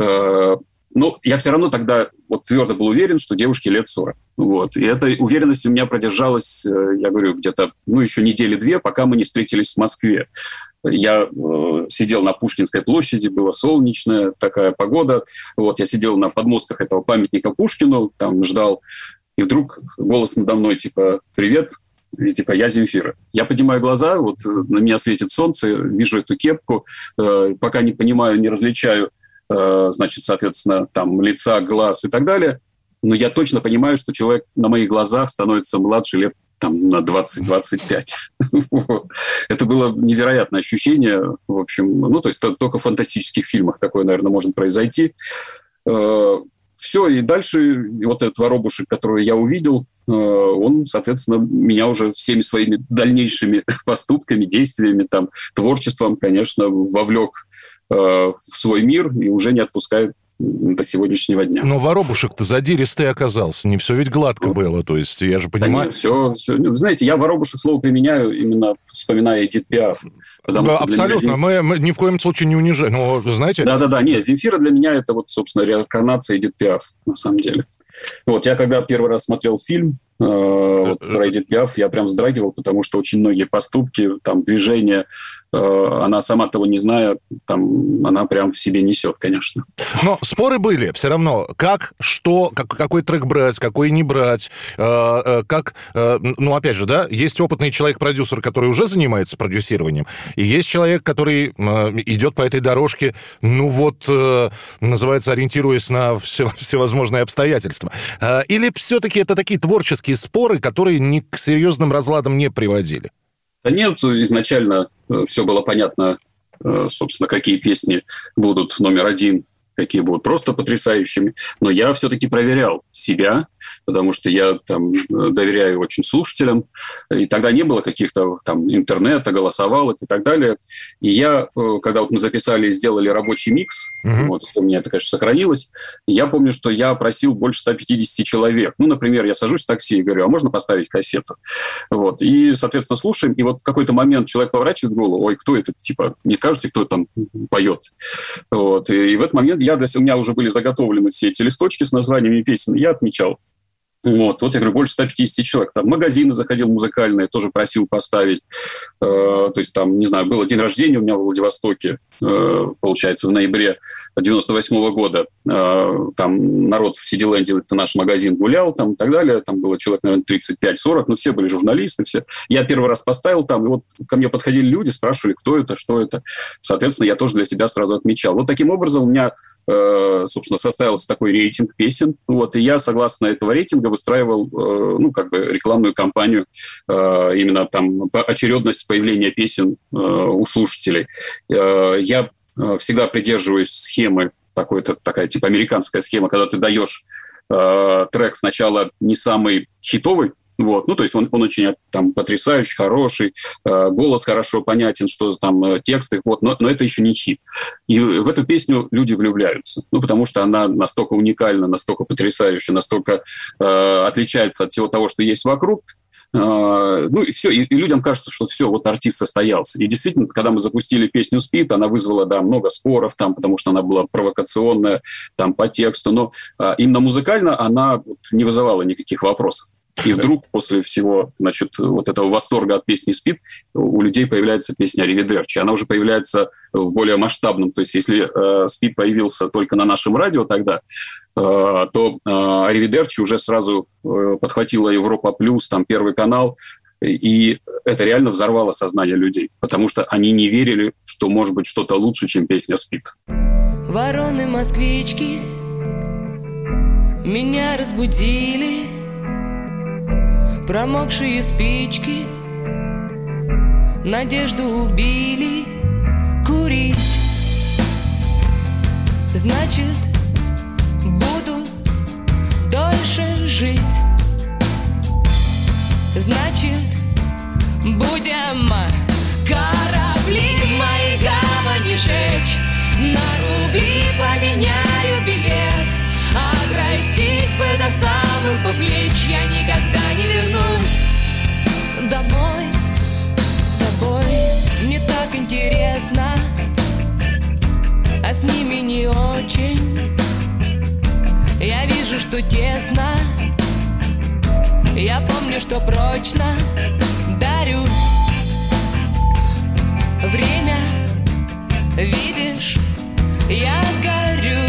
Но я все равно тогда твердо был уверен, что девушке лет 40. Вот. И эта уверенность у меня продержалась, я говорю, где-то, еще недели 2, пока мы не встретились в Москве. Я сидел на Пушкинской площади, была солнечная такая погода. Вот, я сидел на подмостках этого памятника Пушкину, там ждал. И вдруг голос надо мной, «Привет». И я Земфира. Я поднимаю глаза, на меня светит солнце, вижу эту кепку, пока не понимаю, не различаю, значит, соответственно, там лица, глаз и так далее. Но я точно понимаю, что человек на моих глазах становится младше лет на 20-25. Это было невероятное ощущение. В общем, то есть только в фантастических фильмах такое, наверное, может произойти. Все, и дальше этот воробушек, который я увидел, он, соответственно, меня уже всеми своими дальнейшими поступками, действиями, творчеством, конечно, вовлек в свой мир и уже не отпускает до сегодняшнего дня. Но воробушек-то задиристый оказался, не все ведь гладко было, то есть я же понимаю... Да нет, все. Знаете, я воробушек слово применяю, именно вспоминая Эдит Пиаф. Абсолютно, мы ни в коем случае не унижаем, но знаете... Да, нет, Земфира для меня это собственно, реинкарнация Эдит Пиаф, на самом деле. Я когда первый раз смотрел фильм про Эдит Пиаф, я прям вздрагивал, потому что очень многие поступки, движения, она сама того не зная, она прям в себе несет, конечно. Но споры были все равно. Какой трек брать, какой не брать. Опять же, да, есть опытный человек-продюсер, который уже занимается продюсированием, и есть человек, который идет по этой дорожке, называется, ориентируясь на всевозможные обстоятельства. Или все-таки это такие творческие споры, которые ни к серьезным разладам не приводили? Да нет, изначально все было понятно, собственно, какие песни будут номер 1, какие будут просто потрясающими. Но я все-таки проверял себя, потому что я доверяю очень слушателям. И тогда не было каких-то интернета, голосовалок и так далее. И я, когда мы записали и сделали рабочий микс, у меня это, конечно, сохранилось, я помню, что я просил больше 150 человек. Например, я сажусь в такси и говорю, а можно поставить кассету? И, соответственно, слушаем. И в какой-то момент человек поворачивает голову, ой, кто это? Не скажете, кто там поет? И в этот момент у меня уже были заготовлены все эти листочки с названиями песен, я отмечал. Я говорю, больше 150 человек. В магазины заходил музыкальные, тоже просил поставить. То есть было день рождения у меня в Владивостоке, получается, в ноябре 98 года. Народ в Сиди-Ленде, это наш магазин, гулял, и так далее. Там было человек, наверное, 35-40, все были журналисты, все. Я первый раз поставил и ко мне подходили люди, спрашивали, кто это, что это. Соответственно, я тоже для себя сразу отмечал. Таким образом у меня, собственно, составился такой рейтинг песен. И я, согласно этого рейтинга, выстраивал, рекламную кампанию, именно очередность появления песен у слушателей. Я всегда придерживаюсь схемы, такая типа американская схема, когда ты даешь трек сначала не самый хитовый, то есть он очень потрясающий, хороший, голос хорошо понятен, что тексты, но это еще не хит. И в эту песню люди влюбляются, потому что она настолько уникальна, настолько потрясающая, настолько отличается от всего того, что есть вокруг. И все, и людям кажется, что все, артист состоялся. И действительно, когда мы запустили песню «Спит», она вызвала, много споров, потому что она была провокационная, по тексту, но именно музыкально она не вызывала никаких вопросов. И вдруг после всего, значит, вот этого восторга от песни «Спит» у людей появляется песня «Аривидерчи». Она уже появляется в более масштабном. То есть если «Спит» появился только на нашем радио тогда, то «Аривидерчи» уже сразу подхватила Европа Плюс, там Первый канал. И это реально взорвало сознание людей, потому что они не верили, что может быть что-то лучше, чем песня «Спит». Вороны-москвички меня разбудили, промокшие спички надежду убили. Курить, значит, буду дольше жить. Значит, будем корабли в моей гавани жечь, на рубли поменяю билет, отрастить бы до самых по плеч. Я никогда не вернусь домой с тобой. Мне так интересно, а с ними не очень. Я вижу, что тесно, я помню, что прочно дарю время. Видишь, я горю.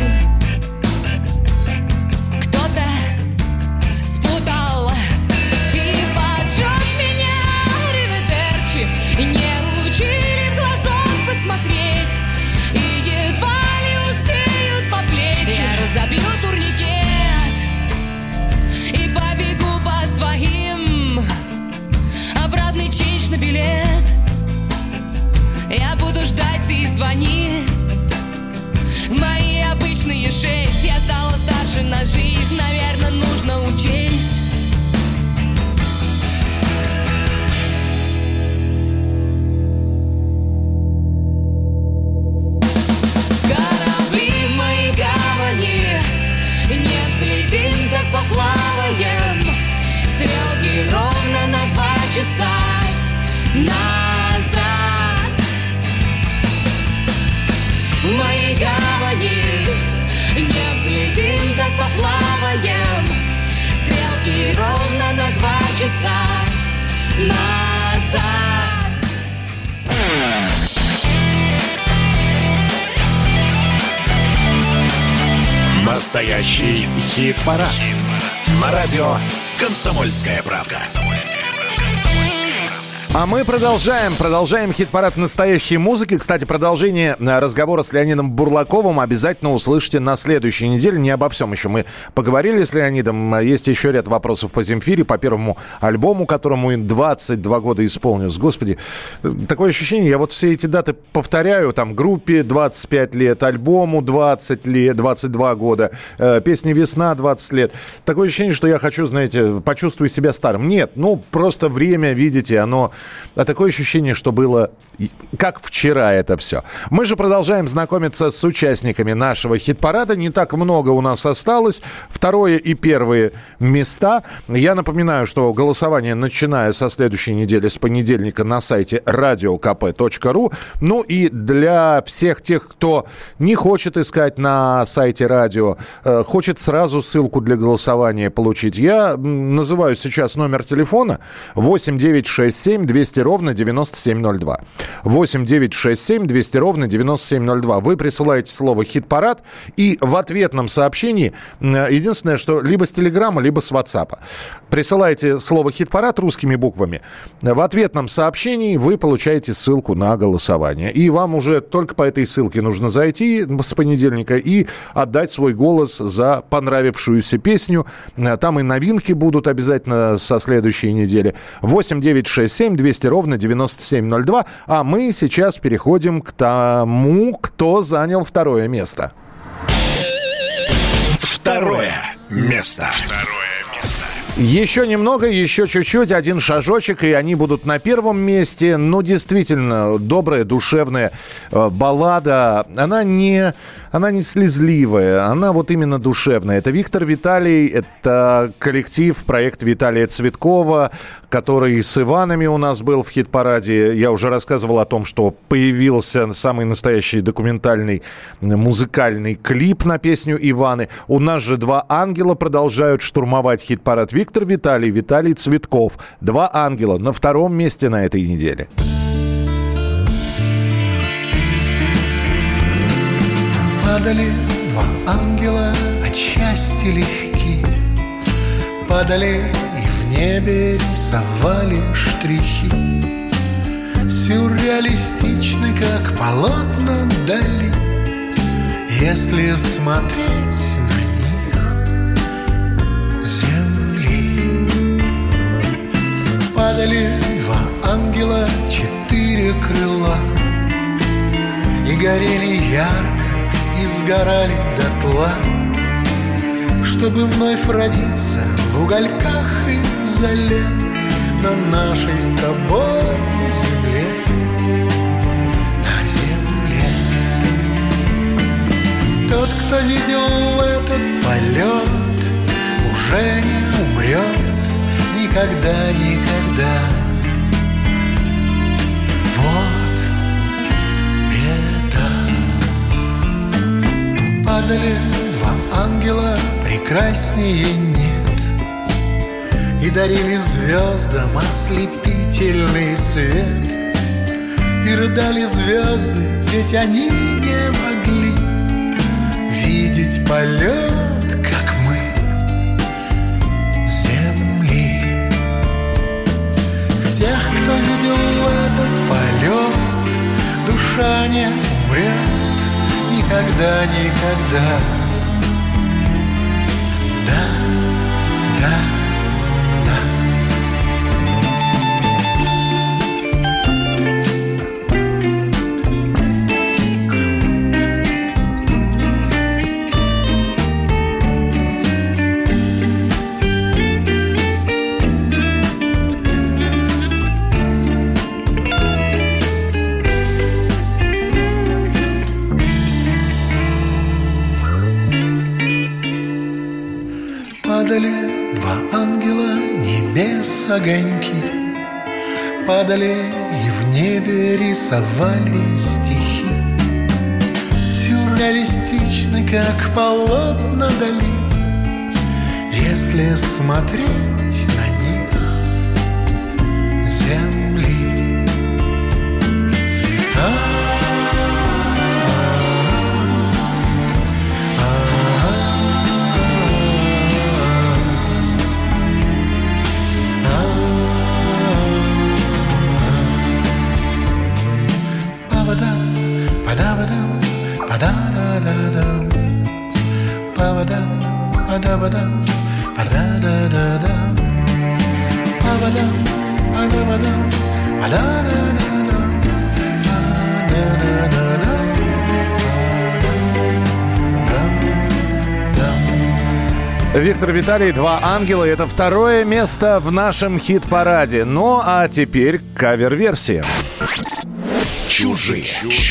Кто-то спутал и поджег меня, аривидерчи. Не учили в глазок посмотреть, и едва ли успеют по плечи. Я разобью турникет и побегу по своим. Обратный ченч на билет. Я буду ждать, ты звони. Мои обычные 6. Я стала старше на жизнь, наверное, нужно учесть. Корабли в моей гавани, не взлетим, так поплаваем. Стрелки ровно на 2 часа назад. В моей гавани не взлетим, так поплаваем. Стрелки ровно на 2 часа назад. Настоящий хит-парад. На радио «Комсомольская правда». А мы продолжаем хит-парад настоящей музыки. Кстати, продолжение разговора с Леонидом Бурлаковым обязательно услышите на следующей неделе. Не обо всем еще мы поговорили с Леонидом. Есть еще ряд вопросов по Земфире, по первому альбому, которому 22 года исполнилось. Господи, такое ощущение, я вот все эти даты повторяю. Там группе 25 лет, альбому 20 лет, 22 года, песне «Весна» 20 лет. Такое ощущение, что я хочу, знаете, почувствовать себя старым. Нет, просто время, видите, оно... А такое ощущение, что было как вчера это все. Мы же продолжаем знакомиться с участниками нашего хит-парада. Не так много у нас осталось. 2 и 1 места. Я напоминаю, что голосование, начиная со следующей недели, с понедельника, на сайте radiokp.ru. Ну и для всех тех, кто не хочет искать на сайте радио, хочет сразу ссылку для голосования получить, я называю сейчас номер телефона 8967 200 ровно 9702. 8967 200 ровно 9702. Вы присылаете слово «хит-парад», и в ответном сообщении, единственное, что либо с Телеграма, либо с WhatsApp, присылаете слово «хит-парад» русскими буквами. В ответном сообщении вы получаете ссылку на голосование. И вам уже только по этой ссылке нужно зайти с понедельника и отдать свой голос за понравившуюся песню. Там и новинки будут обязательно со следующей недели. 8967 200 ровно 9702. А мы сейчас переходим к тому, кто занял 2 место. 2 место. Еще немного, еще чуть-чуть, один шажочек, и они будут на 1 месте. Ну, действительно, добрая, душевная баллада. Она не слезливая, она вот именно душевная. Это Виктор Виталий, это коллектив, проект Виталия Цветкова, который с Иванами у нас был в хит-параде. Я уже рассказывал о том, что появился самый настоящий документальный музыкальный клип на песню «Иваны». У нас же 2 ангела продолжают штурмовать хит-парад. Виктор Виктор Виталий Цветков. «Два ангела» на втором месте на этой неделе. Падали два ангела, отчасти легки, падали и в небе рисовали штрихи, сюрреалистичны, как полотна Дали, если смотреть на них земли. Падали два ангела, четыре крыла, и горели ярко, и сгорали дотла, чтобы вновь родиться в угольках и в золе на нашей с тобой земле, на земле. Тот, кто видел этот полет, уже не умрет никогда, никогда. Вот беда. Падали два ангела, прекраснее нет, и дарили звездам ослепительный свет. И рыдали звезды, ведь они не могли видеть полет, как мы, земли. В тех, кто видел этот полет, душа не умрет никогда, никогда. Да, да. Падали два ангела, небес огоньки, падали и в небе рисовали стихи, сюрреалистичны, как полотна Дали, если смотреть на них земли. Виктор Виталий, «Два ангела» — это второе место в нашем хит-параде. Ну, а теперь кавер-версия. Чужие.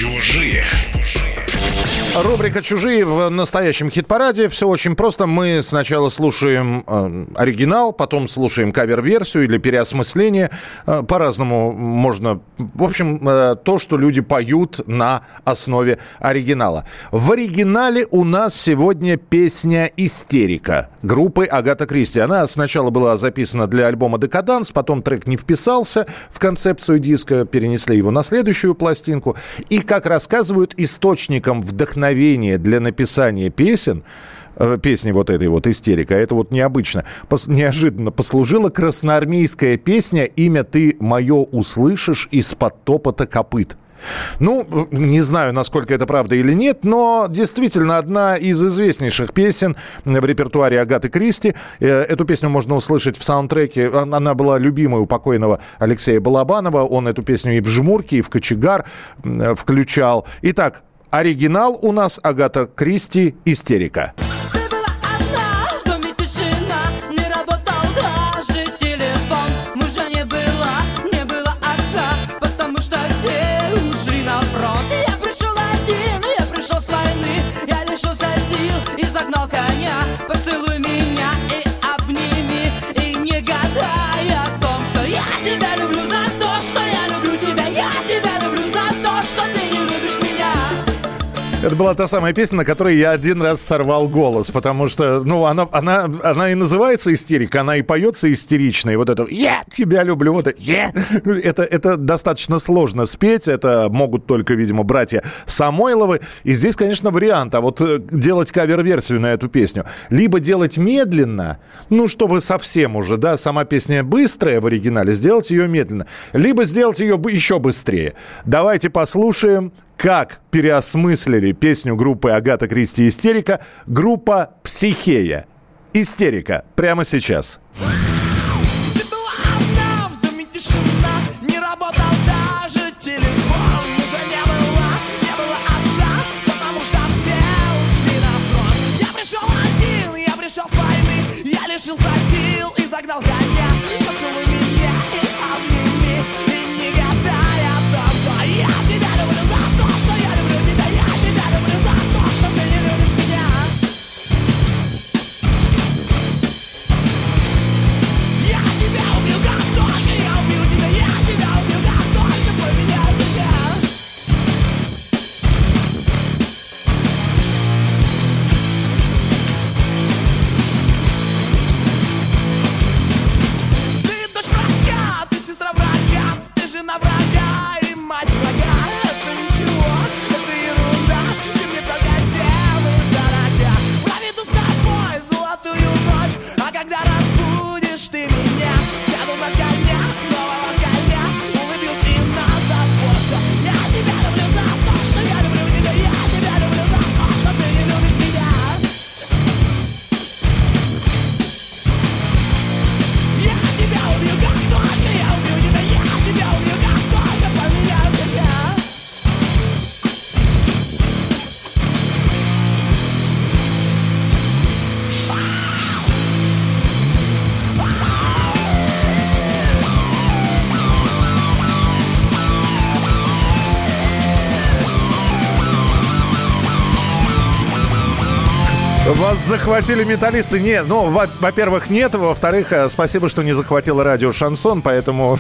Рубрика «Чужие» в настоящем хит-параде. Все очень просто. Мы сначала слушаем оригинал, потом слушаем кавер-версию или переосмысление. По-разному можно... В общем, то, что люди поют на основе оригинала. В оригинале у нас сегодня песня «Истерика» группы Агата Кристи. Она сначала была записана для альбома «Декаданс», потом трек не вписался в концепцию диска, перенесли его на следующую пластинку. И, как рассказывают, источником вдохновения для написания песни вот этой вот «Истерика», это вот неожиданно послужила красноармейская песня «Имя ты мое услышишь из-под топота копыт». Ну, не знаю, насколько это правда или нет, но действительно одна из известнейших песен в репертуаре Агаты Кристи. Эту песню можно услышать в саундтреке. Она была любимой у покойного Алексея Балабанова. Он эту песню и в «Жмурке», и в «Кочегар» включал. Итак, оригинал у нас Агата Кристи «Истерика». И загнал коня, поцелуй меня и обними, и не гадай о том, что я тебя люблю за то, что я люблю тебя, я тебя люблю за то, что ты не любишь меня. Это была та самая песня, на которой я один раз сорвал голос, потому что, ну, она и называется «Истерика», она и поется истерично, и вот это «Я тебя люблю», вот это достаточно сложно спеть, это могут только, видимо, братья Самойловы, и здесь, конечно, вариант, а вот делать кавер-версию на эту песню, либо делать медленно, ну, чтобы совсем уже, да, сама песня быстрая в оригинале, сделать ее медленно, либо сделать ее еще быстрее. Давайте послушаем, как переосмыслили песню группы Агата Кристи «Истерика» группа «Психея». «Истерика» прямо сейчас. Ты была одна, в доме тишина, не работал даже телефон. Уже не было отца, потому что все ушли на фронт. Я пришел один, я пришел с войны, я лишился сил и загнал коня. Поцелуй меня и обними, и не гадай о том, что я тебя люблю за то, что я люблю тебя. Я тебя люблю за то, что ты не любишь меня. Я тебя убью, как только я убью тебя. Я тебя убью, как только поменяю меня. Ты дочь врага, ты сестра врага, ты жена врага и мать врага. Это ничего, это ерунда, ты мне только тело дорога. Проведу с тобой золотую ночь, а когда разбудишь ты меня, сяду на коня, нового коня, улыбюсь и назад просто. Я тебя люблю за то, что я люблю тебя. Я тебя люблю за то, что ты не любишь меня. Я тебя убью, как только я убью тебя. Я тебя убью, как только поменяю тебя. Вас захватили металлисты? Нет, ну, во-первых, нет. Во-вторых, спасибо, что не захватило радио «Шансон», поэтому...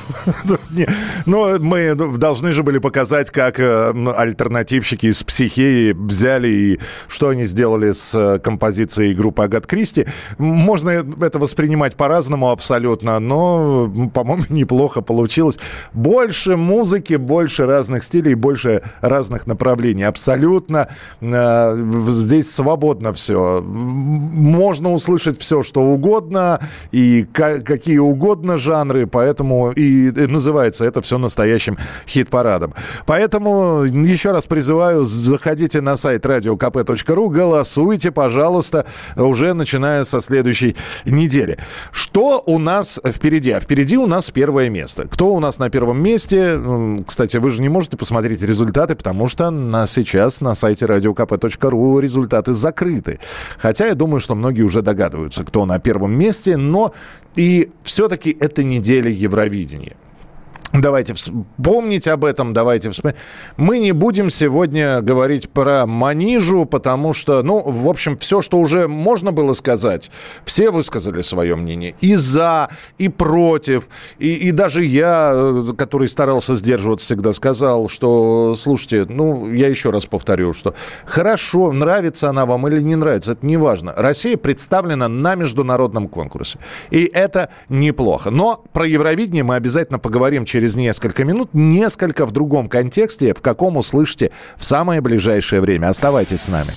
Но мы должны же были показать, как альтернативщики из «Психеи» взяли и что они сделали с композицией группы Агат Кристи. Можно это воспринимать по-разному абсолютно, но, по-моему, неплохо получилось. Больше музыки, больше разных стилей, больше разных направлений. Абсолютно здесь свободно все. Можно услышать все, что угодно, и какие угодно жанры, поэтому и называется это все настоящим хит-парадом. Поэтому еще раз призываю, заходите на сайт radiokp.ru, голосуйте, пожалуйста, уже начиная со следующей недели. Что у нас впереди? А впереди у нас первое место. Кто у нас на первом месте? Кстати, вы же не можете посмотреть результаты, потому что сейчас на сайте radiokp.ru результаты закрыты. Хотя я думаю, что многие уже догадываются, кто на первом месте, но и все-таки это неделя Евровидения. Давайте вспомнить об этом, давайте вспомнить. Мы не будем сегодня говорить про Манижу, потому что, ну, в общем, все, что уже можно было сказать, все высказали свое мнение. И за, и против. И даже я, который старался сдерживаться, всегда сказал, что, слушайте, ну, я еще раз повторю, что хорошо, нравится она вам или не нравится, это не важно. Россия представлена на международном конкурсе. И это неплохо. Но про Евровидение мы обязательно поговорим через несколько минут, несколько в другом контексте, в каком услышите в самое ближайшее время. Оставайтесь с нами.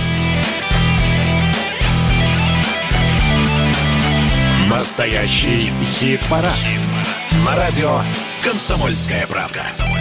Настоящий хит-парад. На радио «Комсомольская правда».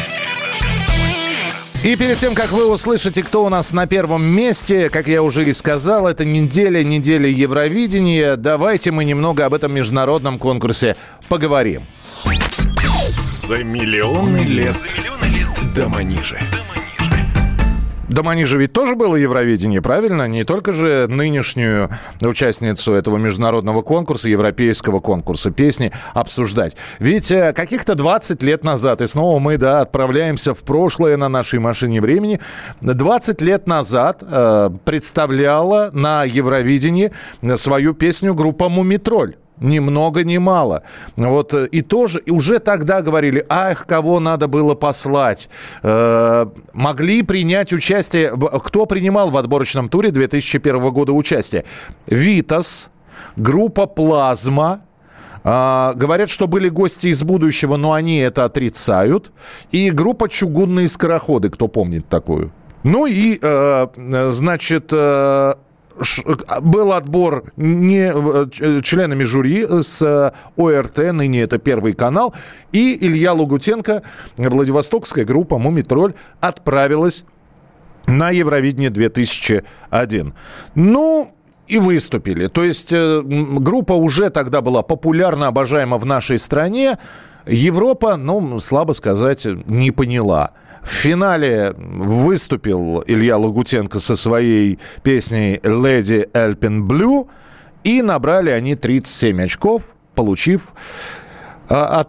И перед тем, как вы услышите, кто у нас на первом месте, как я уже и сказал, это неделя Евровидения. Давайте мы немного об этом международном конкурсе поговорим. За миллионы лет до Манижи. До Манижи ведь тоже было Евровидение, правильно? Не только же нынешнюю участницу этого международного конкурса, европейского конкурса песни обсуждать. Ведь каких-то 20 лет назад, и снова мы, отправляемся в прошлое на нашей машине времени, 20 лет назад представляла на Евровидении свою песню группа «Мумитроль». Ни много, ни мало. Вот, и тоже и уже тогда говорили, ах, кого надо было послать. Могли принять участие... Кто принимал в отборочном туре 2001 года участие? «Витас», группа «Плазма». Говорят, что были гости из будущего, но они это отрицают. И группа «Чугунные скороходы», кто помнит такую. Ну и, значит... Был отбор членами жюри с ОРТ, ныне это Первый канал, и Илья Лагутенко, владивостокская группа «Мумитроль» отправилась на Евровидение 2001. Ну, и выступили. То есть группа уже тогда была популярна, обожаема в нашей стране. Европа, ну, слабо сказать, не поняла. В финале выступил Илья Лагутенко со своей песней «Lady Alpine Blue», и набрали они 37 очков, получив от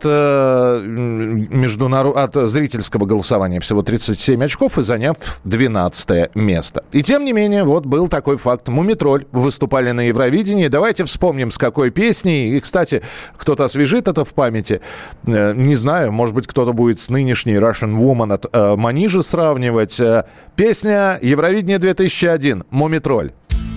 зрительского голосования всего 37 очков и заняв 12 место. И тем не менее, вот был такой факт. «Мумитроль» выступали на Евровидении. Давайте вспомним, с какой песней. И, кстати, кто-то освежит это в памяти. Не знаю, может быть, кто-то будет с нынешней Russian Woman от Манижи сравнивать. Песня Евровидения 2001. «Мумитроль».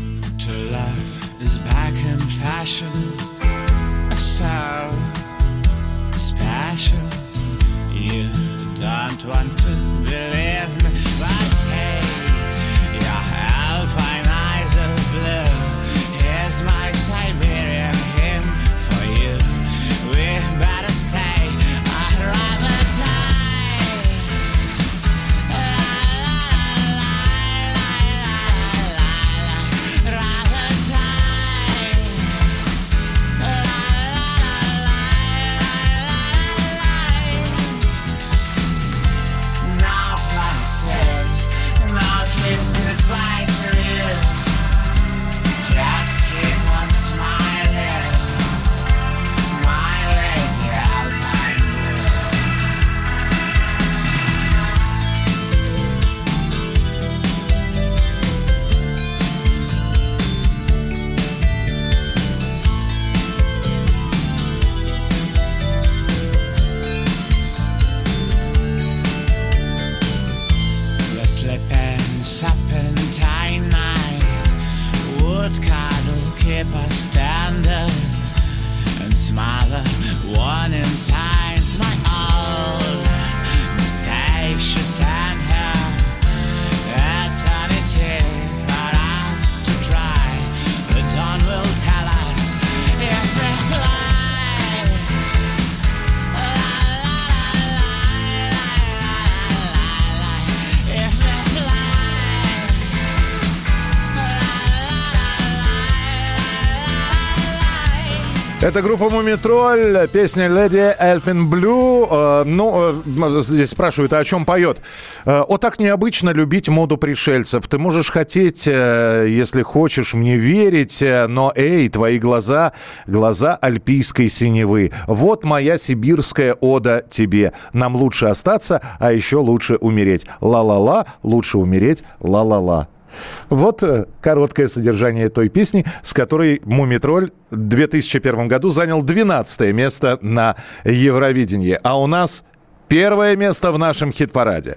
You don't want to believe me, but hey, your alpine eyes of blue. Here's my Siberian hymn for you. We better stay, I'd rather die. Rather die. Goodbye to you. Just keep on smiling, my lady Alpine the sleeping, supping, time night would cuddle, keep us standing and smother warning signs. My old mistake should send her eternity for us to try. The dawn will tell us if we fly. Это группа «Мумитроль», песня «Lady Alpine Blue». Здесь спрашивают, а о чем поет? «О, так необычно любить моду пришельцев. Ты можешь хотеть, если хочешь, мне верить, но, эй, твои глаза альпийской синевы. Вот моя сибирская ода тебе. Нам лучше остаться, а еще лучше умереть. Ла-ла-ла, лучше умереть, ла-ла-ла». Вот короткое содержание той песни, с которой «Мумитроль» в 2001 году занял 12 место на Евровидении. А у нас первое место в нашем хит-параде.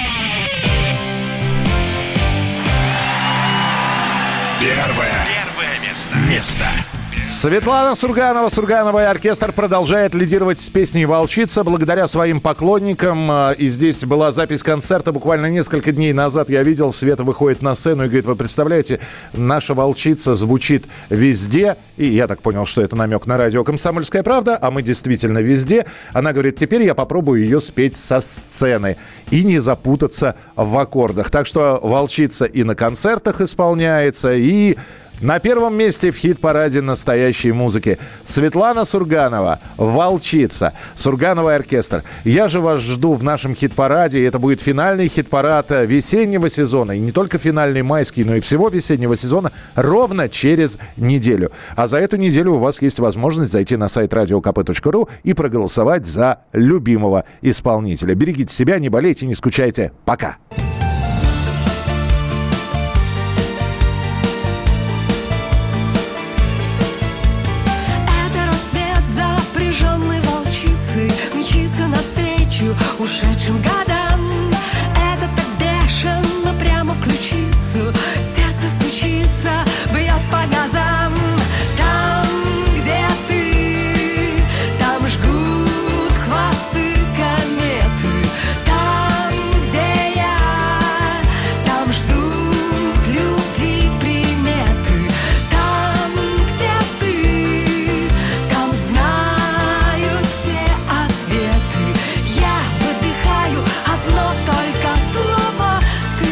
Первое место. Светлана Сурганова, Сурганова и оркестр продолжает лидировать с песней «Волчица» благодаря своим поклонникам. И здесь была запись концерта буквально несколько дней назад. Я видел, Света выходит на сцену и говорит, вы представляете, наша «Волчица» звучит везде. И я так понял, что это намек на радио «Комсомольская правда», а мы действительно везде. Она говорит, теперь я попробую ее спеть со сцены и не запутаться в аккордах. Так что «Волчица» и на концертах исполняется, и... На первом месте в хит-параде настоящей музыки Светлана Сурганова, «Волчица», Сурганова и оркестр. Я же вас жду в нашем хит-параде. Это будет финальный хит-парад весеннего сезона. И не только финальный майский, но и всего весеннего сезона ровно через неделю. А за эту неделю у вас есть возможность зайти на сайт radiokp.ru и проголосовать за любимого исполнителя. Берегите себя, не болейте, не скучайте. Пока! Это ушедшим годам. Это так бешено прямо в ключицу, сердце стучится, бьет по газам. Там, где ты, там жгут хвосты кометы. Там, где я, там ждут любви приметы. Там, где ты, там знают все ответы. Я выдыхаю одно только слово «ты».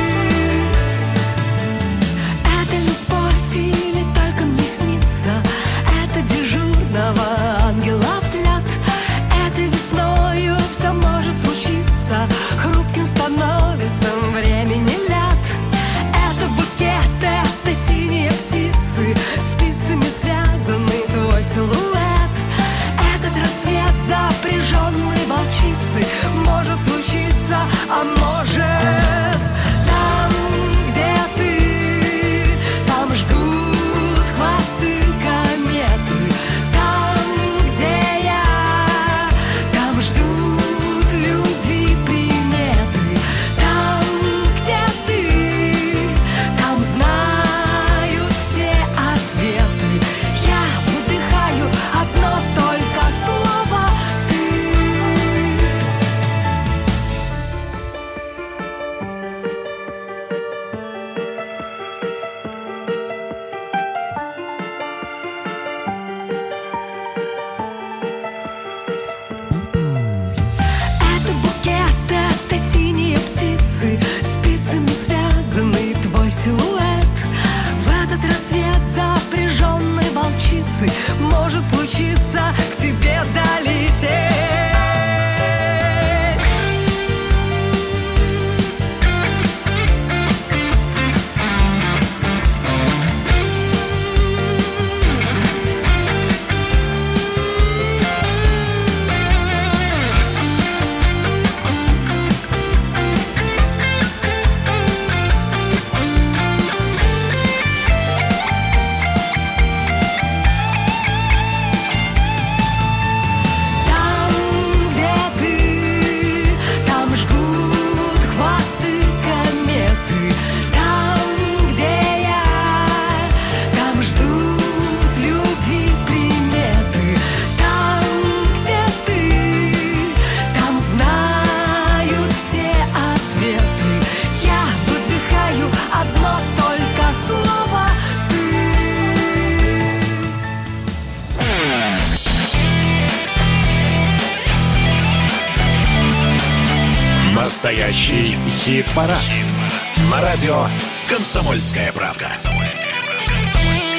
Это любовь или только мне снится? Это дежурного ангела взгляд. Это весною все может случиться, хрупким становится времени ляд. Это букет, это синие птицы, спицами связанный твой силуэт. Этот рассвет запряженный волчицей может случиться, а может. Там, где ты, там жгут хвосты кометы. Там, где я, там ждут любви приметы. Там, где ты, там знают все ответы. Я выдыхаю одно только слово «ты». Это букет, это синие птицы, спицами связанный твой силуэт. В этот рассвет запряженной волчицей может случиться к тебе долететь. Там, где ты, там жгут хвосты кометы. Там, где я, там ждут любви приметы. Там, где ты, там знают все ответы. Я выдыхаю одно только слово «ты». Настоящий хит-парад. На радио «Комсомольская правда».